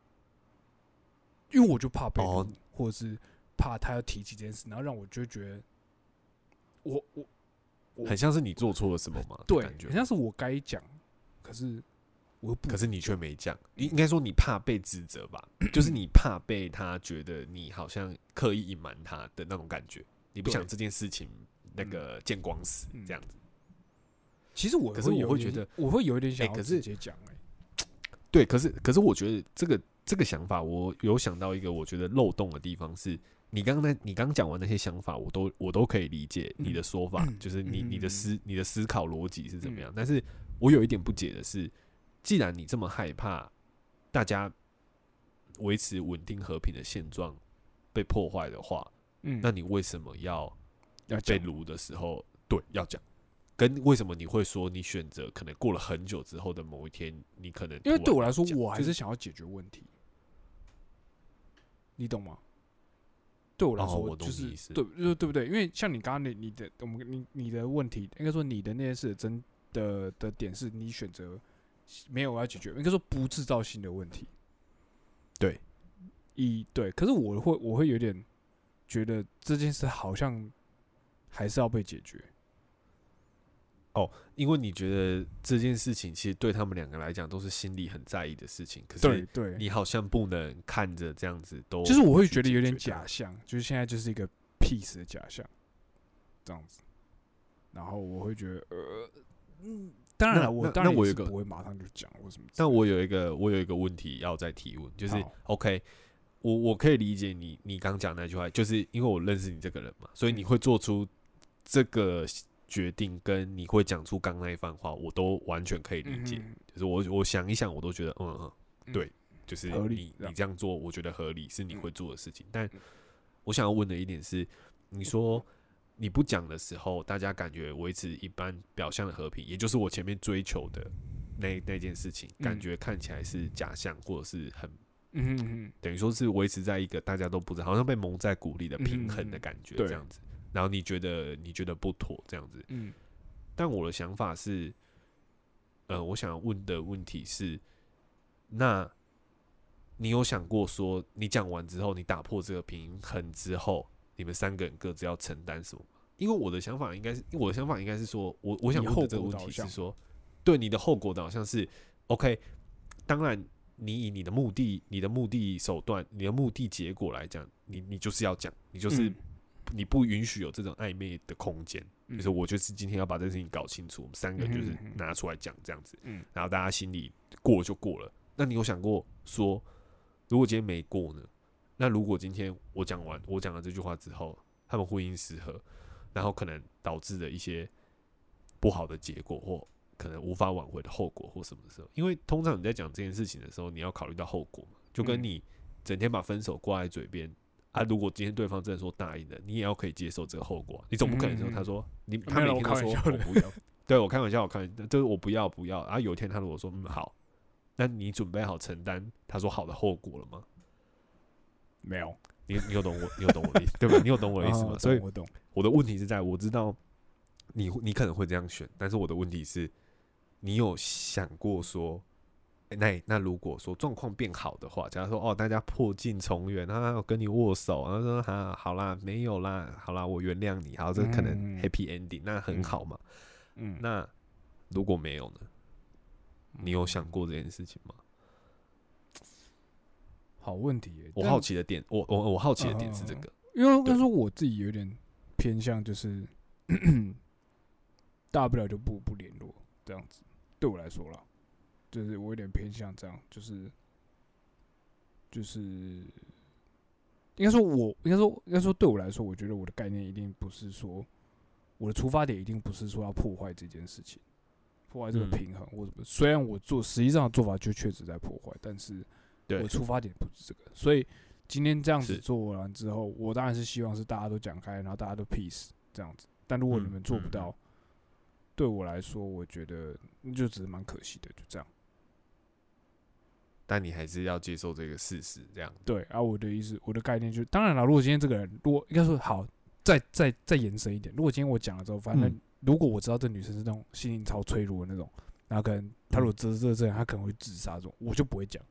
因为我就怕被撸，或者是怕她要提起这件事，然后让我就觉得我很像是你做错了什么嘛？ 对，很像是我该讲，可是你却没讲，应该说你怕被指责吧，就是你怕被他觉得你好像刻意隐瞒他的那种感觉，你不想这件事情那个见光死这样子。 其实可是我会觉得我会有一点想要直接讲对，可是我觉得这个想法，我有想到一个我觉得漏洞的地方是，你刚讲完那些想法，我都可以理解你的说法，就是你的思考逻辑是怎么样，但是我有一点不解的是。既然你这么害怕大家维持稳定和平的现状被破坏的话，那你为什么要被撸的时候，对，要讲？跟为什么你会说你选择可能过了很久之后的某一天，你可能因为对我来说，我还是想要解决问题，你懂吗？对我来说，就是对不对？因为像你刚刚你的问题，应该说你的那件事的点是你选择。没有要解决，应该说不制造新的问题。 对， 对，可是我会有点觉得这件事好像还是要被解决。 因为你觉得这件事情其实对他们两个来讲都是心里很在意的事情，可是你好像不能看着这样子都， 就是我会觉得有点假象，就是现在就是一个 peace 的假象，这样子。然后我会觉得当然了，我当然也是不会马上就讲或什么。 但我有一个问题要再提问，就是 OK， 我可以理解你刚讲那句话，就是因为我认识你这个人嘛，所以你会做出这个决定，跟你会讲出刚那一番话，我都完全可以理解。就是我想一想，我都觉得对，就是你这样做，我觉得合理，是你会做的事情。但我想要问的一点是，你说。你不讲的时候，大家感觉维持一般表象的和平，也就是我前面追求的那件事情，感觉看起来是假象，或者是很，等于说是维持在一个大家都不知道，好像被蒙在鼓里的平衡的感觉这样子。然后你觉得不妥这样子，但我的想法是，我想要问的问题是，那你有想过说，你讲完之后，你打破这个平衡之后？你们三个人各自要承担什么？因为我的想法应该是说，我想问的这个问题是说，对你的后果导向是 OK。当然，你以你的目的手段、你的目的结果来讲，你就是要讲，你就是你不允许有这种暧昧的空间。就是我就是今天要把这件事情搞清楚，我们三个人就是拿出来讲这样子，然后大家心里过就过了。那你有想过说，如果今天没过呢？那如果今天我讲了这句话之后，他们婚姻失和，然后可能导致的一些不好的结果，或可能无法挽回的后果，或什么的时候，因为通常你在讲这件事情的时候，你要考虑到后果嘛，就跟你整天把分手挂在嘴边啊，如果今天对方真的说答应了，你也要可以接受这个后果，你总不可能说他说他每天都说我不要，对我开玩笑，就是我不要，然后有一天他如果说好，那你准备好承担他说好的后果了吗？ 没有， 你有懂我的意思对吧？你有懂我的意思吗？所以我的问题是在我知道你可能会这样选，但是我的问题是，你有想过说，那如果说状况变好的话，假如说大家破镜重圆，我跟你握手，然后说好啦，没有啦，好啦，我原谅你，好，这可能 happy ending，那很好嘛。那如果没有呢？你有想过这件事情吗？ 好问题耶。 我好奇的点，我好奇的点是这个， 因为那时候我自己有点偏向就是大不了就不联络这样子，对我来说啦，就是我有点偏向这样，就是应该说对我来说，我觉得我的概念一定不是说我的出发点一定不是说要破坏这件事情，破坏这个平衡或什么。虽然我实际上的做法就确实在破坏，但是我的出发点不是这个。所以今天这样子做完之后，我当然是希望是大家都讲开，然后大家都 peace 这样子。但如果你们做不到，对我来说，我觉得就只是蛮可惜的，就这样。 但你还是要接受这个事实，这样。 对啊，我的意思，我的概念就是，当然了，如果今天这个人，如果应该说好，再延伸一点，如果今天我讲了之后，反正如果我知道这女生是那种心灵超脆弱的那种，然后可能她如果这样，她可能会自杀这种，我就不会讲。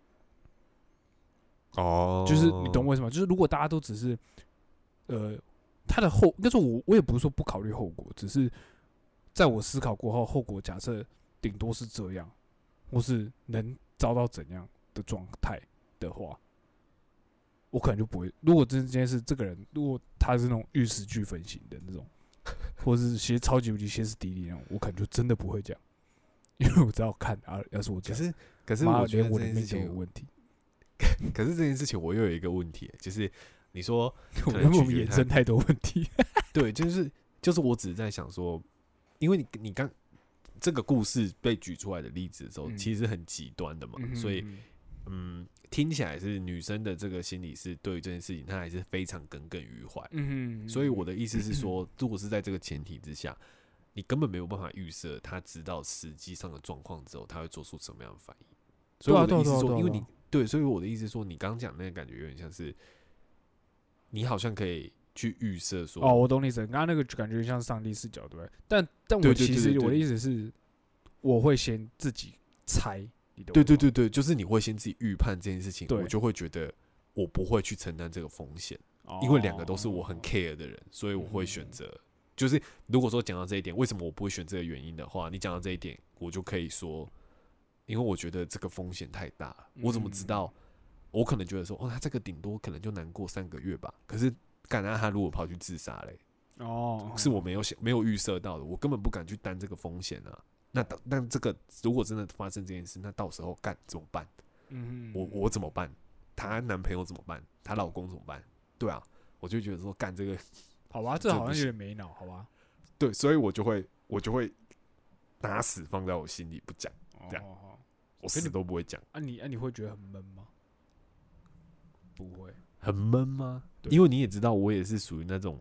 哦， 就是你懂为什么？就是如果大家都只是，他的应该说我也不是说不考虑后果，只是在我思考过后，后果假设顶多是这样，或是能遭到怎样的状态的话，我可能就不会。如果今天是这个人，如果他是那种玉石俱焚型的那种，或者是超级无敌歇斯底里那种，我可能就真的不会讲，因为我知道看啊，要是我讲， 可是我觉得我的命就有问题。 可是这件事情我又有一个问题，就是你说我们衍生太多问题， 对，就是我只是在想说，因为你刚这个故事被举出来的例子的时候，其实很极端的嘛，所以听起来是女生的这个心理是对于这件事情，她还是非常耿耿于怀。所以我的意思是说，如果是在这个前提之下，你根本没有办法预设她知道实际上的状况之后，她会做出什么样的反应。所以我的意思是说，因为你对，所以我的意思是说，你刚刚讲那个感觉有点像是，你好像可以去预设说， 哦，我懂你意思。刚刚那个感觉像上帝视角，对不对？但我其实我的意思是，我会先自己猜，你懂吗？ 对，就是你会先自己预判这件事情，我就会觉得我不会去承担这个风险，因为两个都是我很 care 的人，所以我会选择。就是如果说讲到这一点，为什么我不会选这个原因的话，你讲到这一点，我就可以说。因为我觉得这个风险太大了，我怎么知道？我可能觉得说，他这个顶多可能就难过3个月吧。可是，他如果跑去自杀嘞，是我没有预设到的，我根本不敢去担这个风险啊。那这个如果真的发生这件事，那到时候怎么办？我怎么办？她男朋友怎么办？她老公怎么办？对啊，我就觉得说干这个，好吧，这好像有点没脑，好吧？ 对，所以我就会打死放在我心里不讲，这样。我死都不会讲。 你会觉得很闷吗？不会， 很闷吗？因为你也知道，我也是属于那种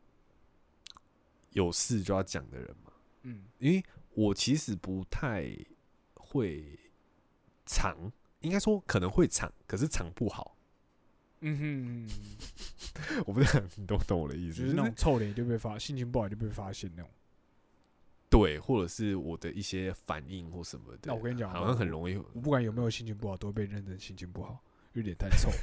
有事就要讲的人嘛。因为我其实不太会藏，应该说可能会藏，可是藏不好。我不知道你懂我的意思， 就是那种臭脸就被心情不好就被发现那种。 对，或者是我的一些反应或什么的， 那我跟你讲， 好像很容易。 我不管有没有心情不好，都会被认成心情不好，有点太臭。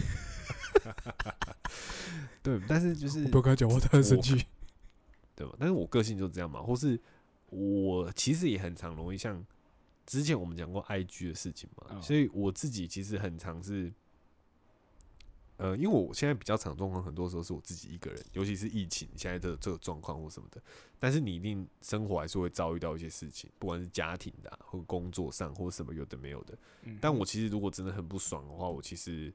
对，但是就是不要跟他讲话，他很生气， 对吧？但是我个性就这样嘛，或是我其实也很常容易像之前我们讲过 IG 的事情嘛，所以我自己其实很常是。因为我现在比较常状况，很多时候是我自己一个人，尤其是疫情现在的这个状况或什么的。但是你一定生活还是会遭遇到一些事情，不管是家庭的、或工作上或什么有的没有的。但我其实如果真的很不爽的话，我其实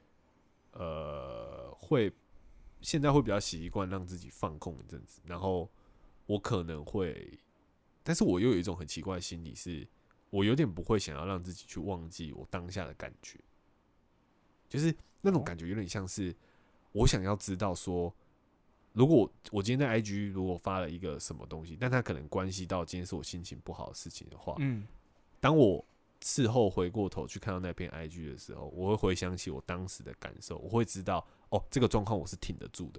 现在会比较习惯让自己放空一阵子，然后我可能会，但是我又有一种很奇怪的心理是，我有点不会想要让自己去忘记我当下的感觉，就是那种感觉有点像是我想要知道说，如果我今天在 IG 如果发了一个什么东西，但它可能关系到今天是我心情不好的事情的话，当我事后回过头去看到那篇 IG 的时候，我会回想起我当时的感受，我会知道这个状况我是挺得住的。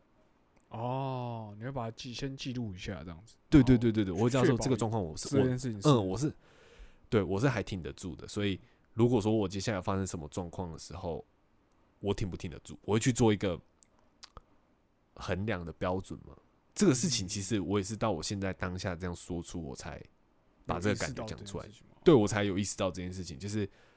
你会把它先记录一下，这样子。对，我会知道说这个状况我是我是还挺得住的。所以如果说我接下来发生什么状况的时候，我挺不挺得住，我会去做一个衡量的标准嘛。这个事情其实我也是到我现在当下这样说出，我才把这个感觉讲出来，对我才有意识到这件事情。就是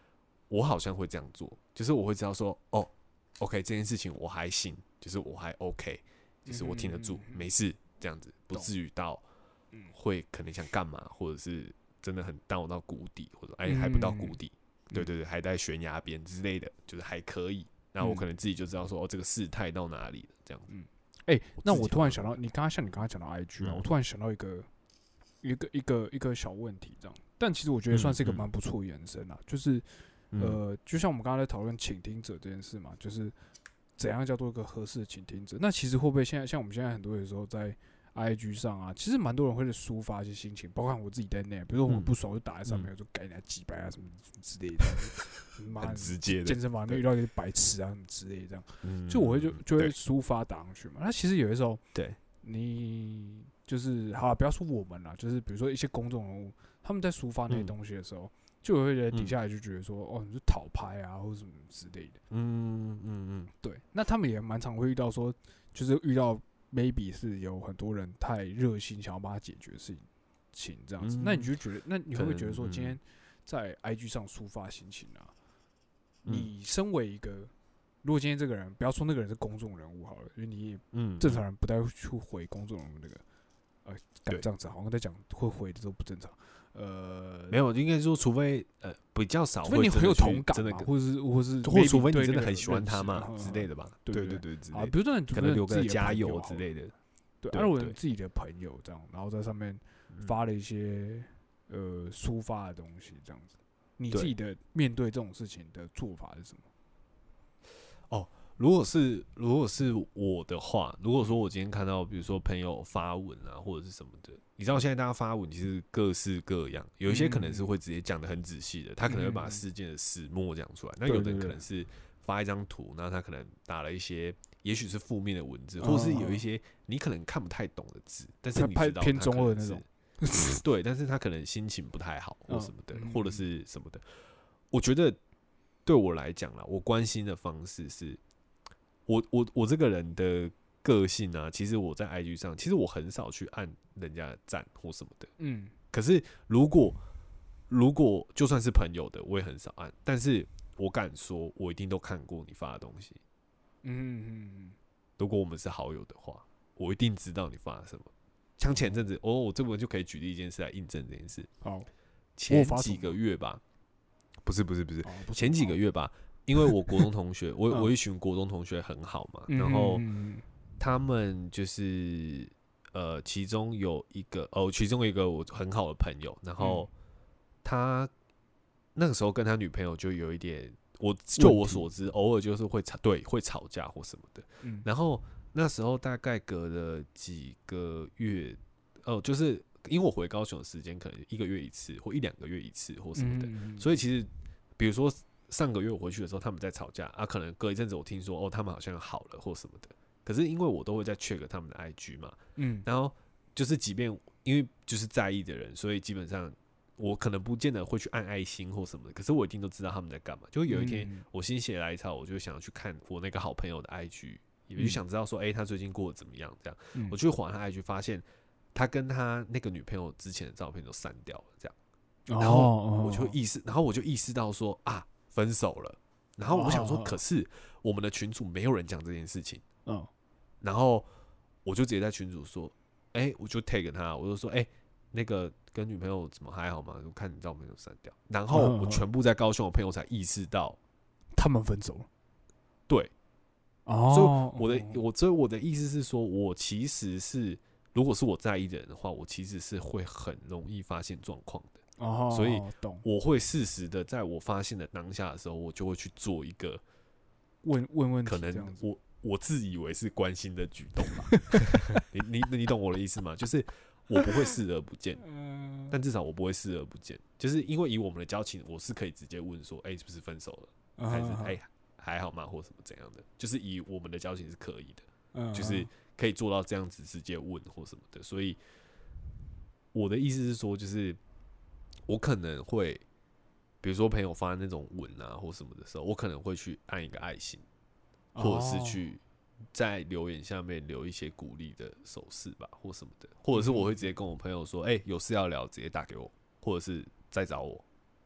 我好像会这样做，就是我会知道说，哦 ，OK， 这件事情我还行，就是我还 OK， 就是我挺得住，没事，这样子不至于到会可能想干嘛，或者是真的很到谷底，或者还不到谷底，对对对，还在悬崖边之类的，就是还可以。那我可能自己就知道说，哦，这个事态到哪里了，这样子。 那我突然想到，你刚刚讲到 IG 啊，我突然想到一个小问题，这样，但其实我觉得算是一个蛮不错的延伸啊，就是就像我们刚刚在讨论倾听者这件事嘛，就是怎样叫做一个合适的倾听者？那其实会不会像我们现在很多的时候在 IG 上啊，其实蛮多人会抒发一些心情，包括我自己在内，比如说我们不爽就打在上面，就改人家几百啊什么之类的， 很直接的健身房那遇到一些白痴啊什么之类的，这样，就我会就会抒发打上去嘛。那其实有的时候， 对你就是好了，不要说我们啦，就是比如说一些公众人物，他们在抒发那些东西的时候，就有人底下就觉得说，哦，你是讨拍啊，或者什么之类的。对，那他们也蛮常会遇到说，就是遇到 maybe 是有很多人太热心，想要帮他解决事情这样子。那你就觉得，那你会不会觉得说，今天在 IG 上抒发心情啊，你身为一个，如果今天这个人，不要说那个人是公众人物好了，因为你也正常人不太会去回公众人物那个，这样子好像在讲会回的都不正常。 没有，应该说，除非比较少， 除非你很有同感嘛，或除非你真的很喜欢他嘛之类的吧，对， 啊，比如说你可能留个加油之类的， 对，如果你自己的朋友这样，然后在上面发了一些抒发的东西，这样子，你自己的面对这种事情的做法是什么？ 哦。如果是我的话，如果说我今天看到，比如说朋友发文啊，或者是什么的，你知道现在大家发文其实各式各样，有一些可能是会直接讲得很仔细的，他可能会把事件的始末讲出来，那有的人可能是发一张图，然后他可能打了一些也许是负面的文字，或是有一些你可能看不太懂的字，但是你知道偏中二那种， 对，但是他可能心情不太好或什么的，或者是什么的，我觉得对我来讲啦，我关心的方式是。我这个人的个性啊，其实我在 IG 上，其实我很少去按人家的赞或什么的。可是如果就算是朋友的，我也很少按。但是我敢说，我一定都看过你发的东西。如果我们是好友的话，我一定知道你发了什么。像前阵子，我这边就可以举例一件事来印证这件事。前几个月吧，不是，前几个月吧。因为我国中同学，我一群国中同学很好嘛，然后他们就是其中有一个我很好的朋友，然后他那个时候跟他女朋友就有一点，就我所知，偶尔就是会吵架或什么的，然后那时候大概隔了几个月，就是因为我回高雄的时间可能1个月1次或1-2个月1次或什么的，所以其实比如说。上个月我回去的时候，他们在吵架啊，可能隔一阵子我听说他们好像好了或什么的。可是因为我都会在 check 他们的 IG 嘛，然后就是即便因为就是在意的人，所以基本上我可能不见得会去按爱心或什么的，可是我一定都知道他们在干嘛。就有一天我心血来潮，我就想要去看我那个好朋友的 IG， 也就想知道说，他最近过得怎么样？这样，我去滑他 IG， 发现他跟他那个女朋友之前的照片都删掉了，这样，然后我就意识到说啊。分手了，然后我想说，可是我们的群组没有人讲这件事情，然后我就直接在群组说，我就 tag 他，我就说，那个跟女朋友怎么还好吗？我看你照片都删掉，然后我全部在高雄的朋友才意识到他们分手了， 对，所以我的意思是说，我其实是如果是我在意的人的话，我其实是会很容易发现状况的。所以我会适时的在我发现的当下的时候，我就会去做一个问问题， 可能我自以为是关心的举动吧。你懂我的意思吗？就是我不会视而不见，但至少我不会视而不见，就是因为以我们的交情，我是可以直接问说，是不是分手了，还是还好吗，或什么怎样的？就是以我们的交情是可以的，就是可以做到这样子直接问或什么的。所以我的意思是说，就是。我可能会，比如说朋友发那种文啊或什么的时候，我可能会去按一个爱心，或者是去在留言下面留一些鼓励的手势吧，或什么的，或者是我会直接跟我朋友说，有事要聊，直接打给我，或者是再找我，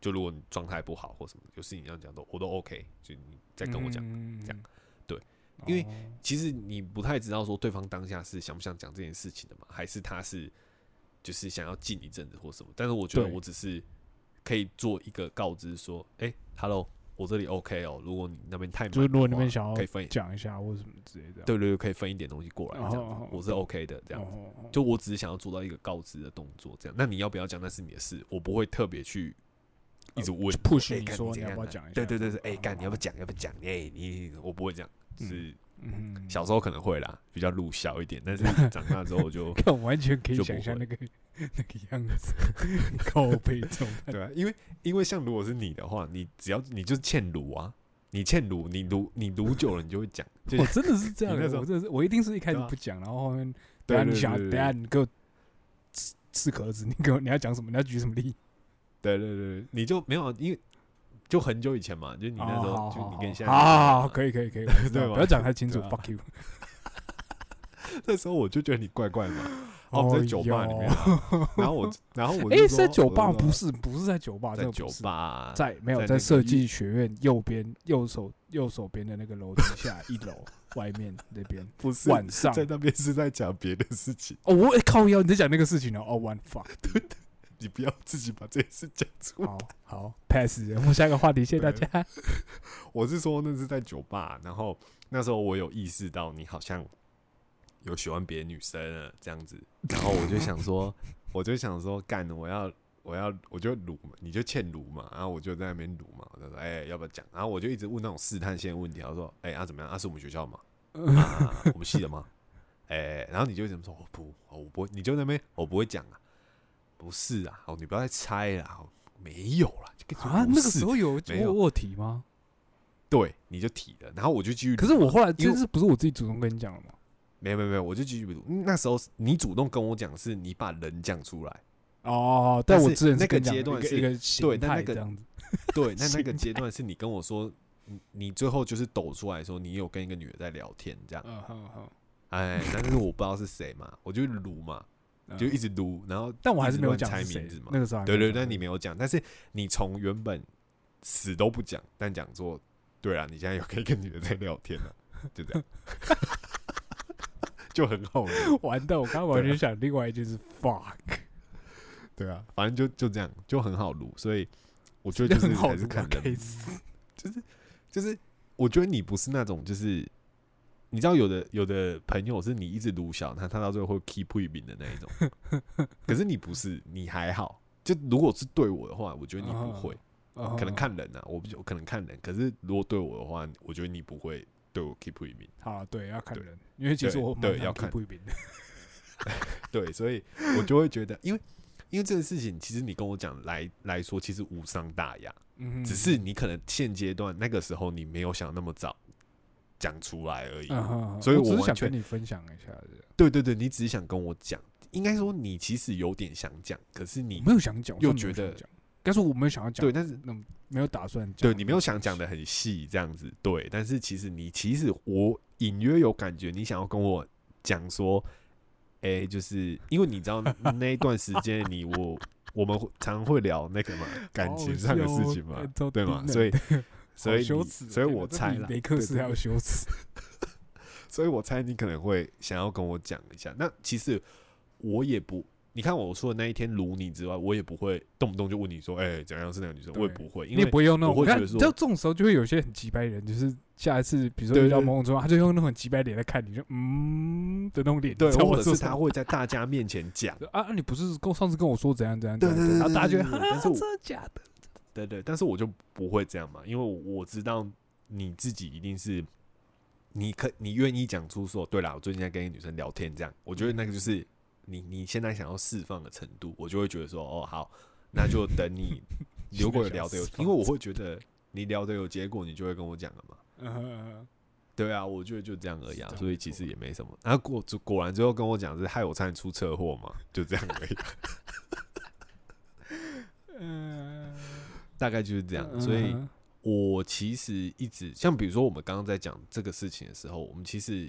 就如果你状态不好或什么，有事情要讲我都 OK， 就你再跟我讲，这样对。因为其实你不太知道说对方当下是想不想讲这件事情的嘛，还是他是就是想要静一阵子或什么。但是我觉得我只是可以做一个告知说，Hello， 我这里 OK 哦，如果你那边太满的话， 就是如果那边想要可以分讲一下或什么之类的， 对，可以分一点东西过来，这样子我是 OK 的，这样子。就我只是想要做到一个告知的动作，这样。那你要不要讲那是你的事，我不会特别去一直问 push 你说你要不要讲一下？ 对，干你要不要讲？我不会这样，是小时候可能会啦，比较鲁小一点，但是长大之后我就看完全可以想象那个样子，靠背中。 对啊，因为像如果是你的话，你就是欠鲁啊，你欠鲁，你鲁久了你就会讲。 我真的是这样的，我一定是一开始不讲，然后后面等下你给我吃壳子，你要讲什么？你要举什么例？ 对，你就没有，因为就很久以前嘛，就你那时候，就你跟现在可以， 对， 不要讲太清楚 ，fuck you。 那时候我就觉得你怪怪嘛，我们在酒吧里面，然后我是在酒吧，不是在酒吧， 在酒吧， 在设计学院右边右手边的那个楼底下1楼外面那边， 不是晚上在那边是在讲别的事情。 哦，我靠腰，你在讲那个事情哦，one fuck， 对，你不要自己把这件事讲出来。 好 pass， 我们下一个话题，谢谢大家。 我是说那是在酒吧，然后那时候我有意识到你好像有喜欢别的女生了这样子，然后我就想说，干，我就撸嘛，你就欠撸嘛，然后我就在那边撸嘛，我就说要不要讲？然后我就一直问那种试探性的问题，我说怎么样？是我们学校吗？我们系的吗？然后你就怎么说？我不会，你就那边我不会讲啊，不是啊，你不要再猜啦，没有啦， 那个时候有我提吗？ 对，你就提了，然后我就继续。 可是我后来这是不是我自己主动跟你讲了吗？ 没有，我就继续。那时候你主动跟我讲，是你把人讲出来。 但我之前那个阶段是一个对，但这样子。对，那个阶段是你跟我说，你最后就是抖出来说，你有跟一个女的在聊天这样。但是我不知道是谁嘛，我就撸嘛，就一直撸，然后但我还是没有讲猜名字嘛。 那个时候对，但你没有讲，但是你从原本死都不讲，但讲说，对啊，你现在有跟一个女的在聊天了，就这样。就很好撸， 完蛋！我刚刚完全想另外一件事 ，fuck。 对啊，反正就这样，就很好撸，所以我觉得就是还是看人，就是，我觉得你不是那种就是你知道有的朋友是你一直撸小他到最后会 keep 一名的那一种，可是你不是，你还好。就如果是对我的话，我觉得你不会，可能看人啊，我可能看人，可是如果对我的话，我觉得你不会。对我 keep 一名， 好，对，要看人，因为其实我对要看 keep 一名的， 对，所以我就会觉得，因为这个事情，其实你跟我讲来说，其实无伤大雅，只是你可能现阶段那个时候你没有想那么早讲出来而已，所以我只是想跟你分享一下对，你只是想跟我讲，应该说你其实有点想讲，可是你没有想讲， 又觉得。 该说我没有想要讲， 对，但是没有打算讲， 对你没有想讲的很细这样子，对，但是其实我隐约有感觉，你想要跟我讲说，就是因为你知道那一段时间我们常会聊那个嘛感情上的事情嘛，对嘛，所以我猜啦， 雷克斯还有羞耻， 所以我猜你可能会想要跟我讲一下，那其实我也不。你看我说的那一天撸你之外，我也不会动不动就问你说，怎样是那个女生，我也不会，因为你也不会用那种， 我会觉得说， 这种时候就会有些很鸡掰人，就是下一次比如说遇到某种状况，他就用那种很鸡掰脸在看你，就的那种脸， 对，或者是他会在大家面前讲你不是上次跟我说怎样， 对， 然后大家觉得但是真的假的？ 对，但是我就不会这样嘛，因为我知道你自己一定是你愿意讲出说，对啦，我最近在跟一个女生聊天这样，我觉得那个就是。你现在想要释放的程度，我就会觉得说，好，那就等你如果聊得有，因为我会觉得你聊得有结果，你就会跟我讲了嘛。对啊，我觉得就这样而已啊，所以其实也没什么。然后果然最后跟我讲是害我差点出车祸嘛，就这样而已。大概就是这样，所以我其实一直像比如说我们刚刚在讲这个事情的时候，我们其实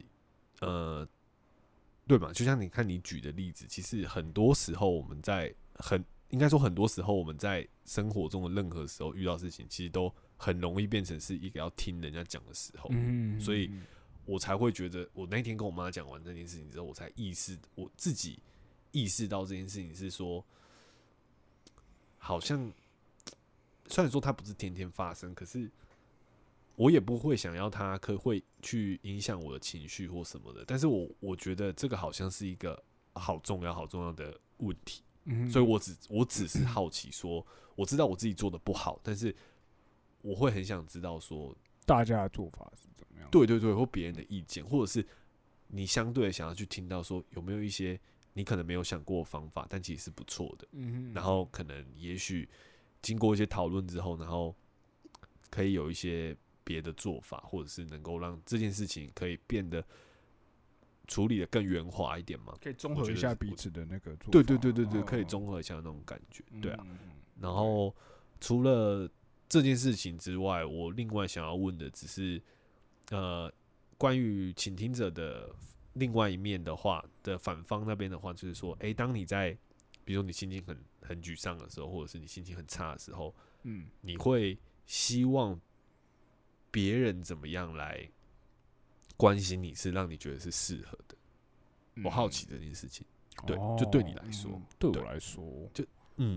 对嘛？就像你看你举的例子，其实很多时候我们在应该说很多时候我们在生活中的任何时候遇到事情，其实都很容易变成是一个要听人家讲的时候，所以我才会觉得，我那天跟我妈讲完这件事情之后，我自己意识到这件事情是说，好像虽然说它不是天天发生，可是我也不会想要它会去影响我的情绪或什么的。但是我觉得这个好像是一个好重要的问题，所以我只是好奇说，我知道我自己做的不好，但是我会很想知道说大家的做法是怎么样？ 对，或别人的意见，或者是你相对的想要去听到说有没有一些你可能没有想过的方法，但其实是不错的。然后可能也许经过一些讨论之后，然后可以有一些别的做法，或者是能够让这件事情可以变得处理的更圆滑一点嘛？ 可以综合一下彼此的那个做法。 对，可以综合一下那种感觉。对啊。然后除了这件事情之外，我另外想要问的只是，关于倾听者的另外一面的话的反方那边的话，就是说，当你在，比如说你心情很沮丧的时候，或者是你心情很差的时候，你会希望别人怎么样来关心你，是让你觉得是适合的？我好奇这件事情，对，就对你来说， 对我来说， 就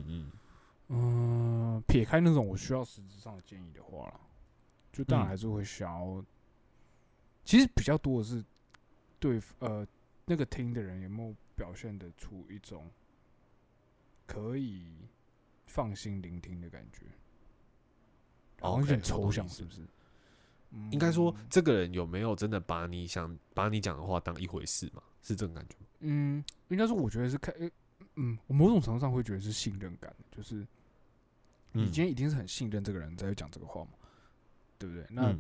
撇开那种我需要实质上的建议的话啦，就当然还是会想要。其实比较多的是对那个听的人有没有表现得出一种可以放心聆听的感觉，好像有点抽象，是不是？ 应该说，这个人有没有真的把你讲的话当一回事嘛？是这种感觉吗？ 应该说，我觉得是我某种程度上会觉得是信任感，就是你今天一定是很信任这个人才会讲这个话嘛，对不对？那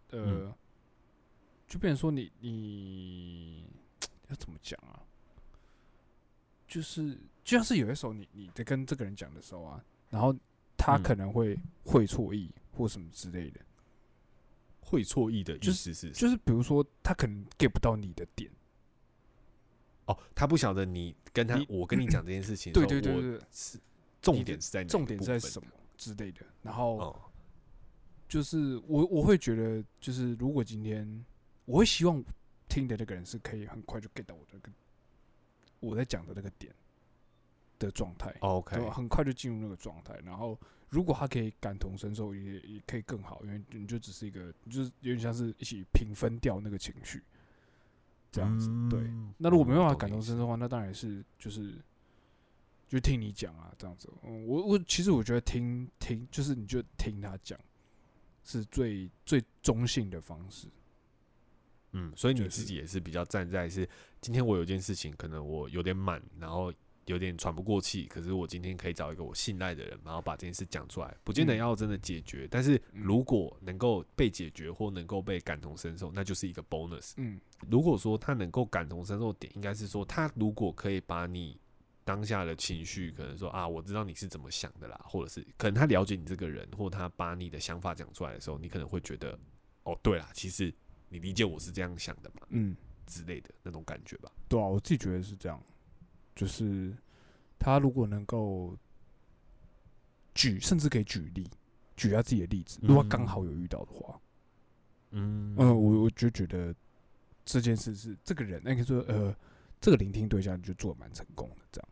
就变成说你要怎么讲啊？就像是有些时候你在跟这个人讲的时候啊，然后他可能会会错意或什么之类的。 会错意的意思是， 就是比如说他可能 get 不到你的点。 哦，他不晓得我跟你讲这件事情， 对， 是重点是在哪？ 重点是在什么之类的。然后就是我会觉得，就是如果今天我会希望听的那个人是可以很快就 get 到我在讲的那个点的状态 ，OK， 对吧？很快就进入那个状态。然后如果他可以感同身受，也可以更好，因为你就只是就是有点像是一起平分掉那个情绪。这样子，对。那如果没办法感同身受的话，那当然是就听你讲啊，这样子。其实我觉得听就是你就听他讲，是最中性的方式。 所以你自己也是比较站在是，今天我有件事情，可能我有点满，然后有点喘不过气，可是我今天可以找一个我信赖的人，然后把这件事讲出来，不见得要真的解决，但是如果能够被解决或能够被感同身受，那就是一个 bonus。如果说他能够感同身受的点，应该是说他如果可以把你当下的情绪，可能说啊，我知道你是怎么想的啦，或者是可能他了解你这个人，或他把你的想法讲出来的时候，你可能会觉得，哦，对啦，其实你理解我是这样想的嘛，之类的那种感觉吧。 对啊，我自己觉得是这样。就是他如果能够甚至可以举他自己的例子，如果他刚好有遇到的话，我就觉得这件事是这个人，那个说这个聆听对象就做得蛮成功的，这样。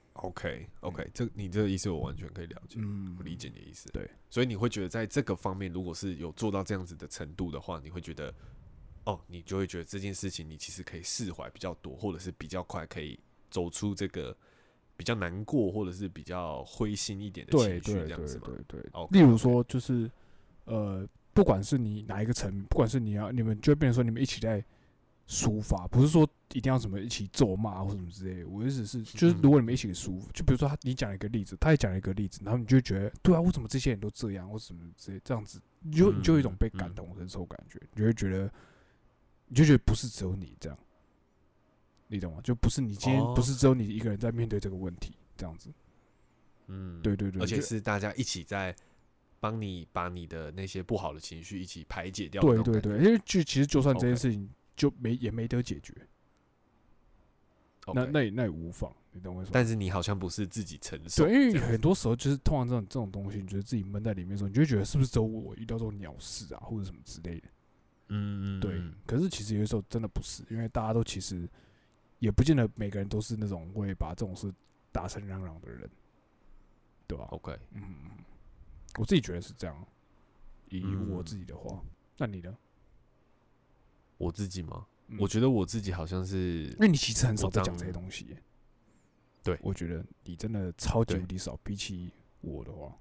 OK， 你这个意思我完全可以了解，我理解你的意思。 对， 所以你会觉得在这个方面，如果是有做到这样子的程度的话，你会觉得，你就会觉得这件事情你其实可以释怀比较多，或者是比较快可以走出这个比较难过，或者是比较灰心一点的情绪，这样子吗？ 对。例如说，就是不管是你哪一个层面，不管是你们就会变成说你们一起在抒发，不是说一定要什么一起咒骂或什么之类的。我的意思是，就是如果你们一起抒发，就比如说你讲了一个例子，他也讲了一个例子，然后你就会觉得，对啊，为什么这些人都这样，或什么之类这样子，你就有一种被感同身受感觉，你就觉得不是只有你这样。你懂吗？就不是你今天不是只有你一个人在面对这个问题，这样子。对， 而且是大家一起在帮你把你的那些不好的情绪一起排解掉。 对，因为其实就算这件事情也没得解决。 那也无妨，你懂我意思吗？ 但是你好像不是自己承受， 对，因为很多时候就是通常这种东西，你觉得自己闷在里面的时候，你就会觉得是不是只有我遇到这种鸟事啊，或者什么之类的。对。可是其实有的时候真的不是，因为大家都其实也不见得每个人都是那种会把这种事大声嚷嚷的人，对吧 ？OK， 我自己觉得是这样。以我自己的话，那你呢？ 我自己吗？我觉得我自己好像是， 因为你其实很少在讲这些东西。 对， 我觉得你真的超级无敌少，比起我的话。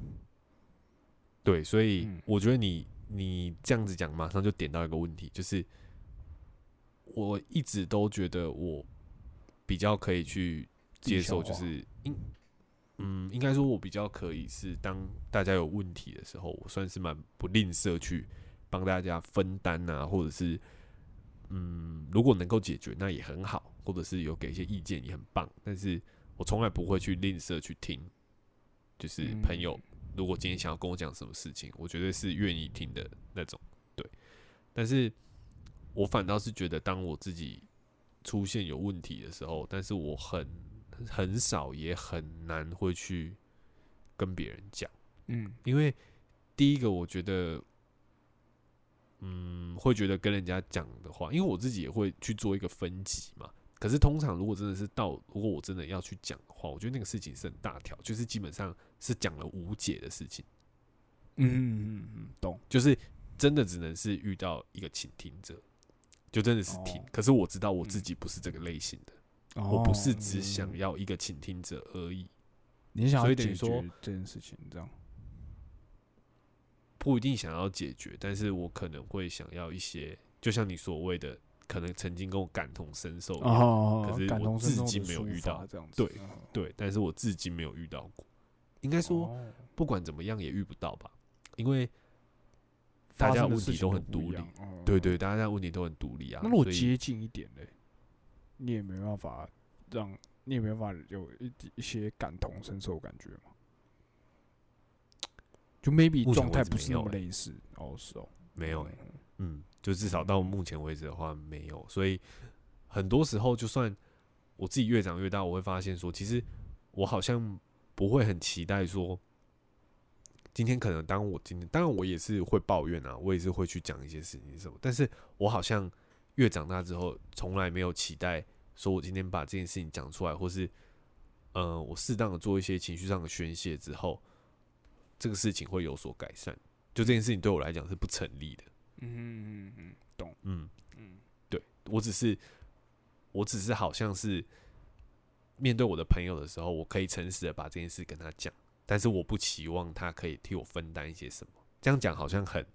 对，所以我觉得你这样子讲，马上就点到一个问题，就是我一直都觉得我比较可以去接受，就是应该说，我比较可以是当大家有问题的时候，我算是蛮不吝啬去帮大家分担啊，或者是如果能够解决，那也很好，或者是有给一些意见也很棒。但是我从来不会去吝啬去听，就是朋友如果今天想要跟我讲什么事情，我绝对是愿意听的那种。对，但是我反倒是觉得，当我自己出现有问题的时候，但是我很少也很难会去跟别人讲，因为第一个我觉得，会觉得跟人家讲的话，因为我自己也会去做一个分级嘛。可是通常如果真的是如果我真的要去讲的话，我觉得那个事情是很大条，就是基本上是讲了无解的事情。 懂。 就是真的只能是遇到一个倾听者，就真的是听。可是我知道我自己不是这个类型的。我不是只想要一个倾听者而已， 你想要解决这件事情，这样不一定想要解决，但是我可能会想要一些，就像你所谓的，可能曾经跟我感同身受，可是我至今没有遇到，对，但是我至今没有遇到过。应该说，不管怎么样也遇不到吧，因为大家的问题都很独立，对，大家的问题都很独立啊。 那如果接近一点嘞？你也没办法有一些感同身受的感觉嘛？就 maybe 状态不是那么类似没有就至少到目前为止的话没有，所以很多时候就算我自己越长越大，我会发现说，其实我好像不会很期待说，今天可能当然我也是会抱怨啊，我也是会去讲一些事情什么，但是我好像越长大之后，从来没有期待说我今天把这件事情讲出来，或是我适当的做一些情绪上的宣泄之后，这个事情会有所改善。就这件事情对我来讲是不成立的。 懂。 对，我只是好像是面对我的朋友的时候，我可以诚实的把这件事跟他讲，但是我不期望他可以替我分担一些什么。这样讲好像很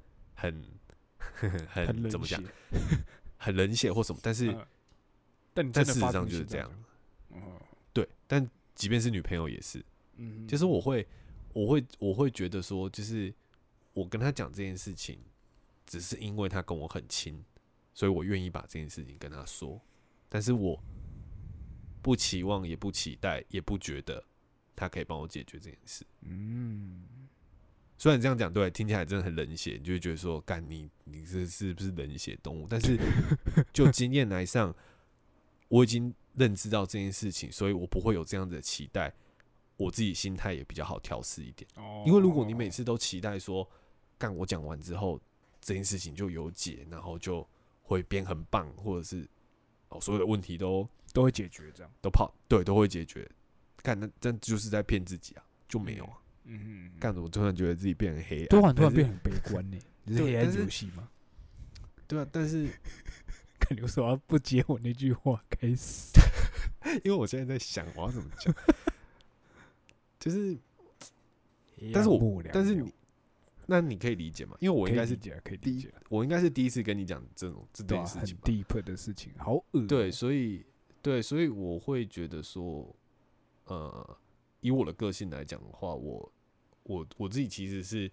怎么讲，很冷血或什么，但事实上就是这样。对，但即便是女朋友也是，就是我会觉得说，就是我跟他讲这件事情，只是因为他跟我很亲，所以我愿意把这件事情跟他说，但是我不期望，也不期待，也不觉得他可以帮我解决这件事。虽然这样讲，对，听起来真的很冷血，你就会觉得说，干你是不是冷血动物？但是就经验来上，我已经认知到这件事情，所以我不会有这样子的期待，我自己心态也比较好调试一点。因为如果你每次都期待说，干我讲完之后这件事情就有解，然后就会变很棒，或者是所有的问题都会解决，这样都会解决。干那这就是在骗自己啊，就没有啊。干我突然觉得自己变很黑暗， 突然变很悲观呢。你是黑暗游戏吗？ 对啊，但是看你为什么不接我那句话开始？ 因为我现在在想我要怎么讲，就是，但是那你可以理解吗？因为我应该是可以理解， 我应该是第一次跟你讲这件事情， 很 deep 的事情，好恶。 对，所以我会觉得说，以我的个性来讲的话，我自己其实是，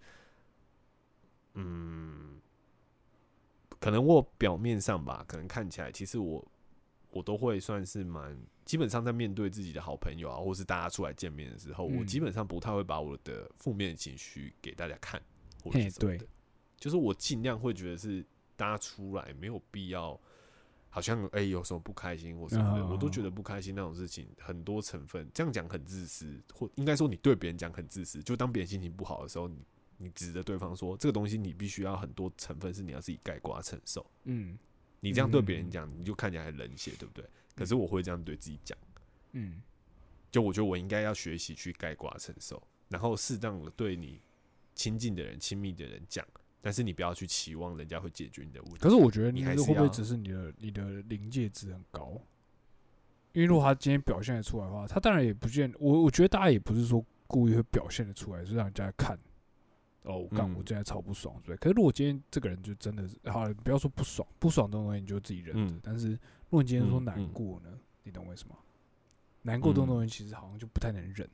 可能我表面上吧，可能看起来，其实我都会算是基本上在面对自己的好朋友啊，或是大家出来见面的时候，我基本上不太会把我的负面情绪给大家看，或者是什么的，就是我尽量会觉得是大家出来没有必要好像有什么不开心或什么的，我都觉得不开心那种事情很多成分，这样讲很自私，或应该说你对别人讲很自私，就当别人心情不好的时候，你指着对方说这个东西你必须要很多成分是你要自己概括承受，你这样对别人讲，你就看起来很冷血，对不对？可是我会这样对自己讲，就我觉得我应该要学习去概括承受，然后适当的对你亲近的人、亲密的人讲。但是你不要去期望人家会解决你的问题。 可是我觉得你还是会不会只是你的临界值很高？因为如果他今天表现得出来的话，他当然也不见我觉得大家也不是说故意会表现得出来，是让人家看。我现在超不爽，对。可是如果今天这个人就真的是好了，不要说不爽，不爽这种东西你就自己忍着。但是如果你今天说难过呢，你懂为什么？难过这种东西其实好像就不太能忍。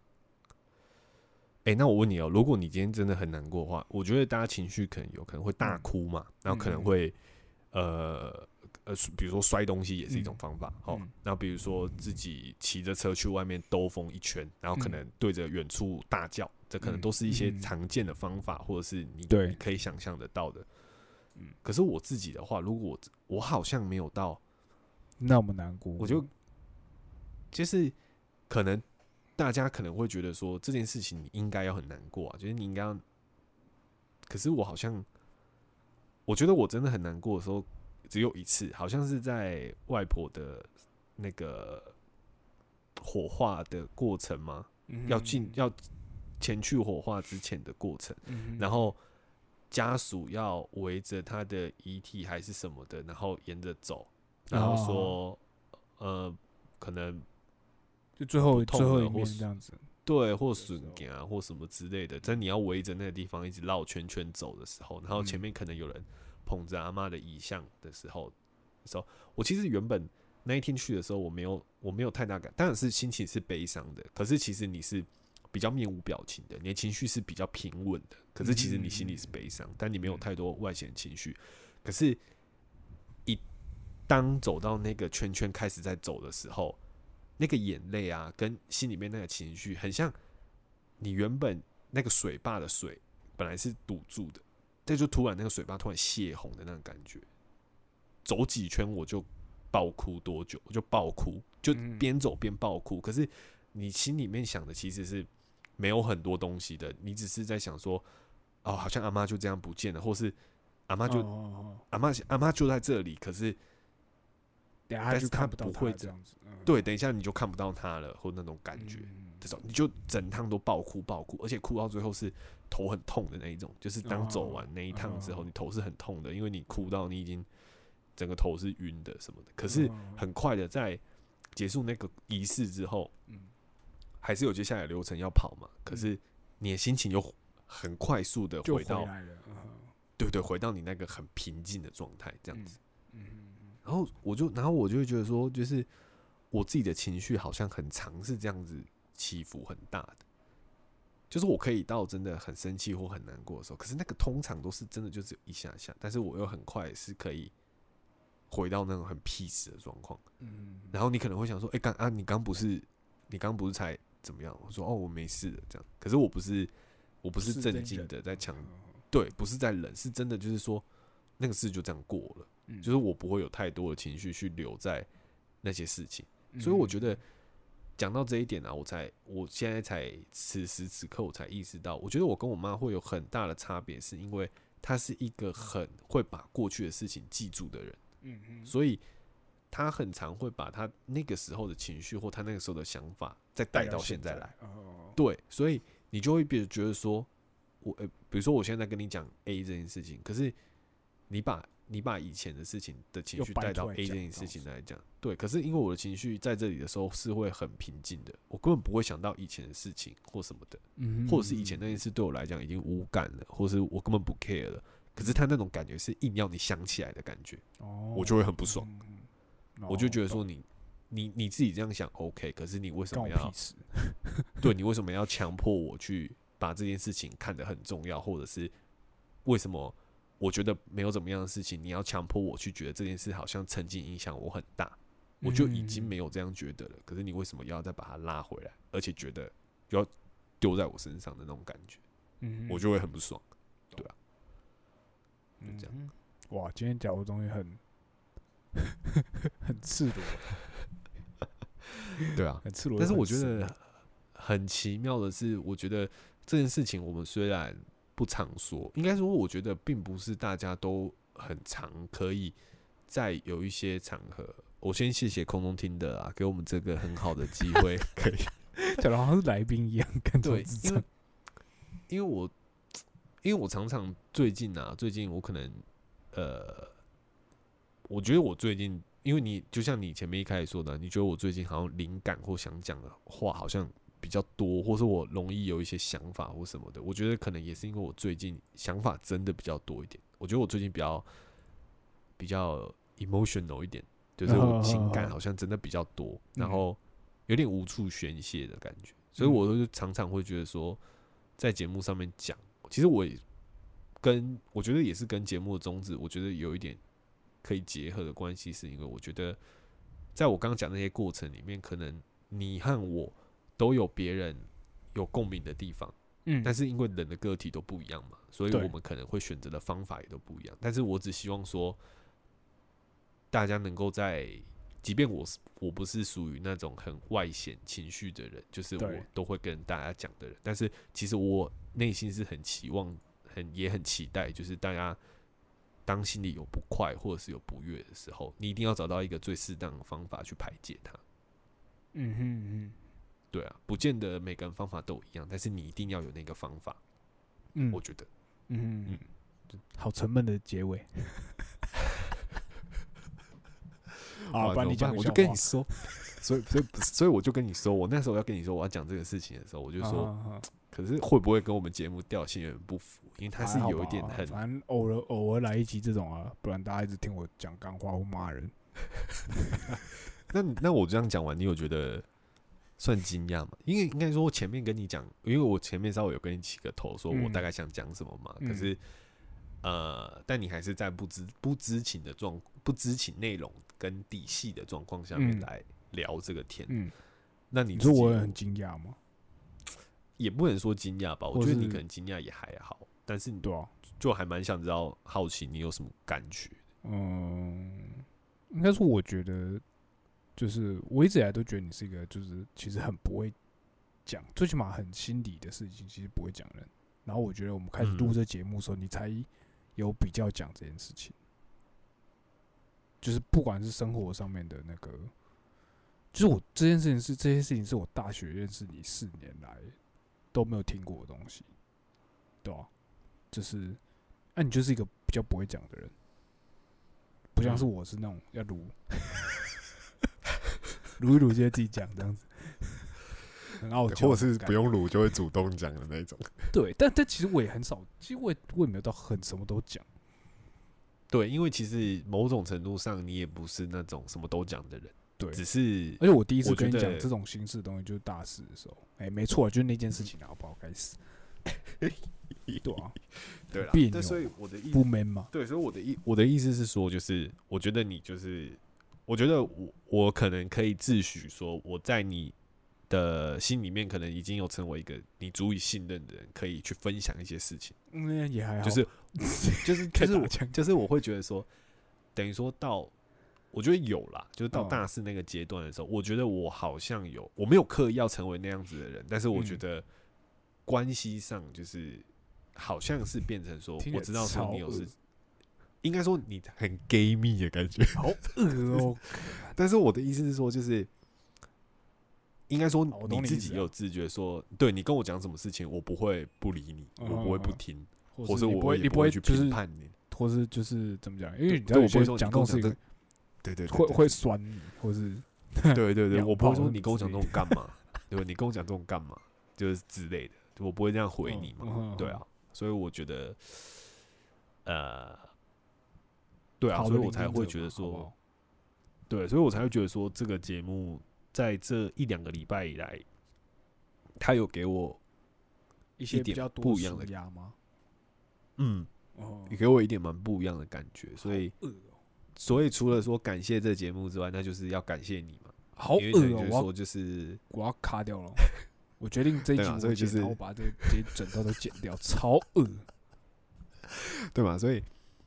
那我问你如果你今天真的很难过的话，我觉得大家情绪可能会大哭嘛，然后可能会比如说摔东西也是一种方法，然后比如说自己骑着车去外面兜风一圈，然后可能对着远处大叫，这可能都是一些常见的方法，或者是你可以想象得到的。可是我自己的话，如果我好像没有到那么难过， 我就是可能。大家可能会觉得说这件事情你应该要很难过啊，就是你应该要。可是我好像，我觉得我真的很难过的时候只有一次，好像是在外婆的那个火化的过程嘛，要前去火化之前的过程，然后家属要围着他的遗体还是什么的，然后沿着走，然后说可能。 就最后一面这样子， 对，或损件啊，或什么之类的。在你要围着那个地方一直绕圈圈走的时候，然后前面可能有人捧着阿嬷的遗像的时候，我其实原本那一天去的时候，我没有太大感，当然是心情是悲伤的。可是其实你是比较面无表情的，你的情绪是比较平稳的。可是其实你心里是悲伤，但你没有太多外显的情绪。可是，当走到那个圈圈开始在走的时候。那个眼泪啊，跟心里面那个情绪，很像你原本那个水坝的水本来是堵住的，但就突然那个水坝突然泄洪的那种感觉，走几圈我就爆哭多久，我就爆哭，就边走边爆哭。可是你心里面想的其实是没有很多东西的，你只是在想说，好像阿嬷就这样不见了，或是阿嬷就阿嬷就在这里，可是。但是他不会这样子， 对，等一下你就看不到他了，或那种感觉，这种你就整趟都爆哭，而且哭到最后是头很痛的那一种，就是当走完那一趟之后，你头是很痛的，因为你哭到你已经整个头是晕的什么的。可是很快的在结束那个仪式之后，还是有接下来的流程要跑嘛，可是你的心情又很快速的回到，对，回到你那个很平静的状态，这样子。然后我就会觉得说，就是我自己的情绪好像很常是这样子起伏很大的，就是我可以到真的很生气或很难过的时候，可是那个通常都是真的就只有一下下，但是我又很快是可以回到那种很 peace 的状况。然后你可能会想说，你刚不是才怎么样？我说我没事的这样，可是我不是震惊的在强，对，不是在忍，是真的就是说那个事就这样过了。就是我不会有太多的情绪去留在那些事情，所以我觉得讲到这一点啊，我现在才此时此刻我才意识到，我觉得我跟我妈会有很大的差别，是因为她是一个很会把过去的事情记住的人，所以她很常会把她那个时候的情绪或她那个时候的想法再带到现在来，对，所以你就会觉得说，比如说我现在跟你讲 A 这件事情，可是你把以前的事情的情绪带到 A 这件事情来讲，对，可是因为我的情绪在这里的时候是会很平静的，我根本不会想到以前的事情或什么的，或者是以前那件事对我来讲已经无感了，或是我根本不 care 了，可是他那种感觉是硬要你想起来的感觉，我就会很不爽，我就觉得说你自己这样想 OK， 可是你为什么要对你为什么要强迫我去把这件事情看得很重要，或者是为什么？我觉得没有怎么样的事情，你要强迫我去觉得这件事好像曾经影响我很大，我就已经没有这样觉得了。可是你为什么要再把它拉回来，而且觉得要丢在我身上的那种感觉，我就会很不爽，对啊，就这样。 哇，今天讲的东西很赤裸， 对啊， 很赤裸。 但是我觉得很奇妙的是，我觉得这件事情我们虽然不常说，应该说我觉得并不是大家都很常可以在有一些场合。我先谢谢空中听的啊，给我们这个很好的机会，可以讲的好像是来宾一样，跟对，因为我常常最近我可能我觉得我最近，因为你就像你前面一开始说的，你觉得我最近好像灵感或想讲的话好像比较多，或是我容易有一些想法或什么的。我觉得可能也是因为我最近想法真的比较多一点。我觉得我最近比较 emotional 一点，就是我情感好像真的比较多，然后有点无处宣泄的感觉，所以我就常常会觉得说，在节目上面讲，其实我觉得也是跟节目的宗旨，我觉得有一点可以结合的关系，是因为我觉得，在我刚刚讲那些过程里面，可能你和我都有别人有共鸣的地方，但是因为人的个体都不一样嘛，所以我们可能会选择的方法也都不一样。但是我只希望说，大家能够即便我不是属于那种很外显情绪的人，就是我都会跟大家讲的人，但是其实我内心是很期望，也很期待，就是大家当心里有不快或者是有不悦的时候，你一定要找到一个最适当的方法去排解它。对啊，不见得每个人方法都一样，但是你一定要有那个方法。我觉得， 好沉闷的结尾。啊，不然你讲， 我就跟你说，所以我就跟你说，我那时候要跟你说我要讲这个事情的时候，我就说，可是会不会跟我们节目调性有点不符？因为它是有一点很， 反正偶尔来一集这种啊，不然大家一直听我讲干话或骂人。 那我这样讲完，你有觉得算惊讶吗？因为应该说我前面跟你讲，因为我前面稍微有跟你起个头，说我大概想讲什么嘛。可是但你还是在不知情内容跟底细的状况下面来聊这个天。那你说我很惊讶吗？ 也不能说惊讶吧，我觉得你可能惊讶也还好，但是你就还蛮想知道，好奇你有什么感觉。 应该说我觉得，就是我一直以来都觉得你是一个，就是其实很不会讲，最起码很心理的事情，其实不会讲人。然后我觉得我们开始录这节目的时候，你才有比较讲这件事情，就是不管是生活上面的那个，就是我这些事情是我大学认识你4年来都没有听过的东西，对吧？就是你就是一个比较不会讲的人，不像是我是那种要录一录就会自己讲这样子，很傲娇， 或者是不用录就会主动讲的那种。 对，但其实我也很少，其实我也没有到很什么都讲。 对，因为其实某种程度上你也不是那种什么都讲的人， 对， 只是而且我第一次跟你讲这种形式的东西，就是大四的时候，没错，就是那件事情啊，好不好？开始，对啊， 对啦， 别扭， 所以我的意思不 man 嘛， 对，所以我的意思是说，就是我觉得你就是，我觉得我可能可以自诩说，我在你的心里面可能已经有成为一个你足以信任的人，可以去分享一些事情。 也还好， 就是我会觉得说，等于说到，我觉得有啦，就是到大四那个阶段的时候，我觉得我好像我没有刻意要成为那样子的人，但是我觉得关系上就是好像是变成说，我知道说你有应该说你很 gay 蜜的感觉， 好恶哦。 但是我的意思是说，就是应该说你自己有自觉说，对你跟我讲什么事情，我不会不理你，我不会不听。或是我也不会去评判你， 或是就是怎么讲？因为你知道有些讲这种事情， 对， 会酸你，或是对，我不会说你跟我讲这种干嘛，对吧？你跟我讲这种干嘛，就是之类的，我不会这样回你嘛，对啊，所以我觉得，对啊，所以我才会觉得说，对，所以我才会觉得说，这个节目在这1-2个礼拜以来，他有给我一些比较多不一样的压吗？ 也给我一点蛮不一样的感觉，所以除了说感谢这节目之外，那就是要感谢你嘛。 好恶哦！就是我要卡掉了，我决定这一集我剪，然后把这整段都剪掉，超恶， 对嘛？所以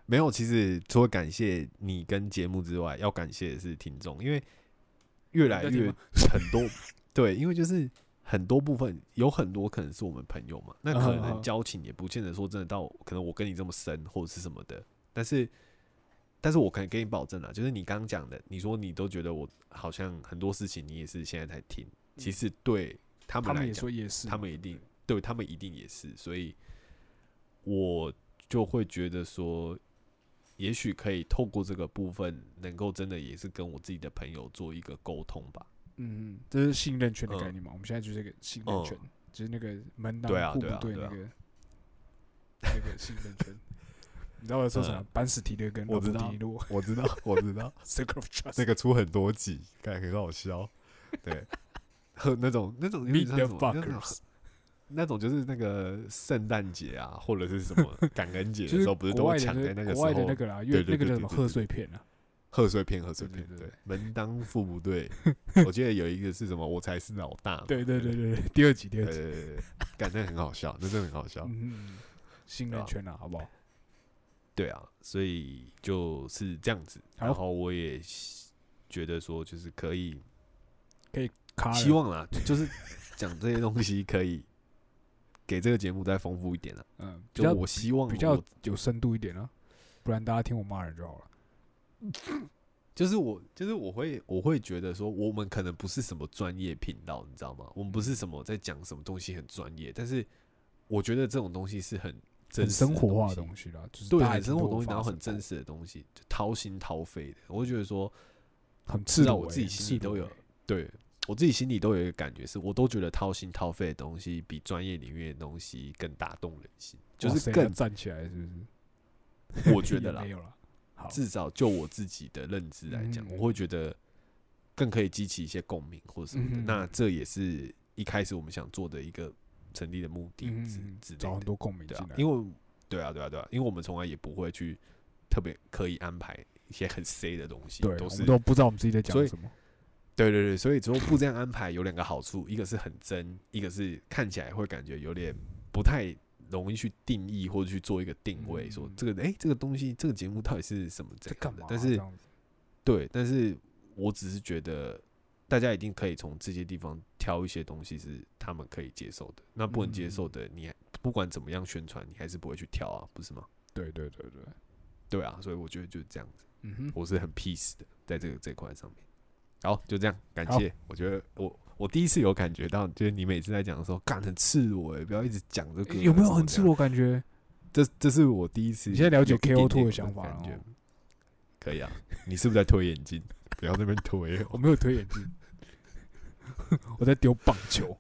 没有，其实除了感谢你跟节目之外，要感谢的是听众，因为越来越很多对，因为就是很多部分有很多可能是我们朋友嘛，那可能交情也不见得说真的到可能我跟你这么深或者是什么的，但是我可以给你保证啊，就是你刚刚讲的，你说你都觉得我好像很多事情你也是现在才听，其实对他们来讲，他们一定对他们一定也是，所以我就会觉得说，也许可以透过这个部分，能够真的也是跟我自己的朋友做一个沟通吧。 这是信任圈的概念嘛？我们现在就是这个信任圈，就是那个门当户不对那个信任圈。你知道我说什么？班史提勒跟罗伯迪洛， 我知道 ，Circle of Trust， 那个出很多集，感觉很好笑。对，那种 Meet the Fuckers， 那种就是那个圣诞节啊，或者是什么感恩节的时候，不是都会抢在那个时候？ 国外的那个啦，那个叫什么贺岁片啊？ 贺岁片，对，门当户不对。我记得有一个是什么？我才是老大。 对，第二集， 对，感觉很好笑，那真的很好笑。 信任圈啊，好不好？ 对啊，所以就是这样子。然后我也觉得说，就是可以希望啦，就是讲这些东西可以给这个节目再丰富一点啦。就我希望比较有深度一点啊，不然大家听我骂人就好了。 就是我会觉得说，我们可能不是什么专业频道，你知道吗？我们不是什么在讲什么东西很专业，但是我觉得这种东西是很生活化的东西啦，就是对，很生活的东西，然后很真实的东西，就掏心掏肺的。我会觉得说， 很至少我自己心里都有，对我自己心里都有一个感觉，是我都觉得掏心掏肺的东西比专业领域的东西更打动人心，就是更站起来，是不是？我觉得啦， 没有啦。 至少就我自己的认知来讲，我会觉得更可以激起一些共鸣或什么的。那这也是一开始我们想做的一个成立的目的之类的， 找很多共鸣进来。 因为对啊，因为我们从来也不会去特别刻意安排一些很 C 的东西， 对，我们都不知道我们自己在讲什么。 对，所以之后不这样安排有两个好处，一个是很真，一个是看起来会感觉有点不太容易去定义或者去做一个定位，说这个东西这个节目到底是什么在干嘛？但是我只是觉得大家一定可以从这些地方挑一些东西是他们可以接受的，那不能接受的，你不管怎么样宣传，你还是不会去挑啊，不是吗？对啊，所以我觉得就是这样子。我是很 peace 的，在这块上面。好，就这样，感谢。我觉得我第一次有感觉到，就是你每次在讲的时候，干很赤裸不要一直讲这个。 有没有很赤裸感觉？ 这是我第一次。 你现在了解 KO2 的想法了哦？ 可以啊，你是不是在推眼镜？不要在那边推。 我没有推眼镜，我在丢棒球。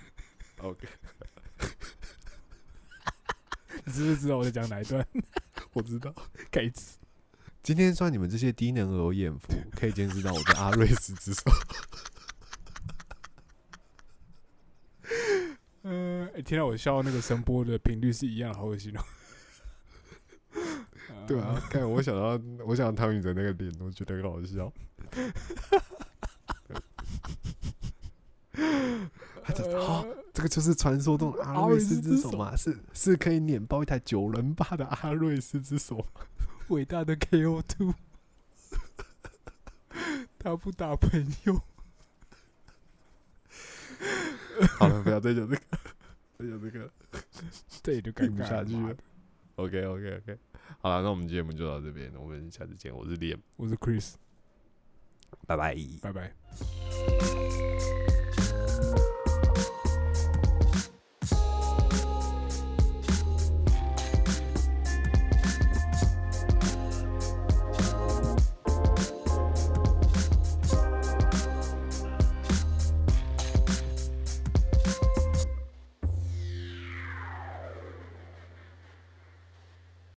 OK， 你是不是知道我在讲哪一段？ 我知道， 该死。 今天算你们这些低能儿有眼福，可以见识到我的阿瑞斯之手。 听到我笑那个声波的频率是一样，好恶心哦。 对啊，看我想到汤宇的那个脸，我觉得很好笑。这个就是传说中的阿瑞斯之手嘛，是可以碾爆一台9人霸的阿瑞斯之手。 伟大的 KO2， 他不打朋友。 好了，不要再讲这个， 这里就尴尬不下去了。OK， 好了，那我们节目就到这边，我们下次见。我是 Liam， 我是 Chris， 拜拜。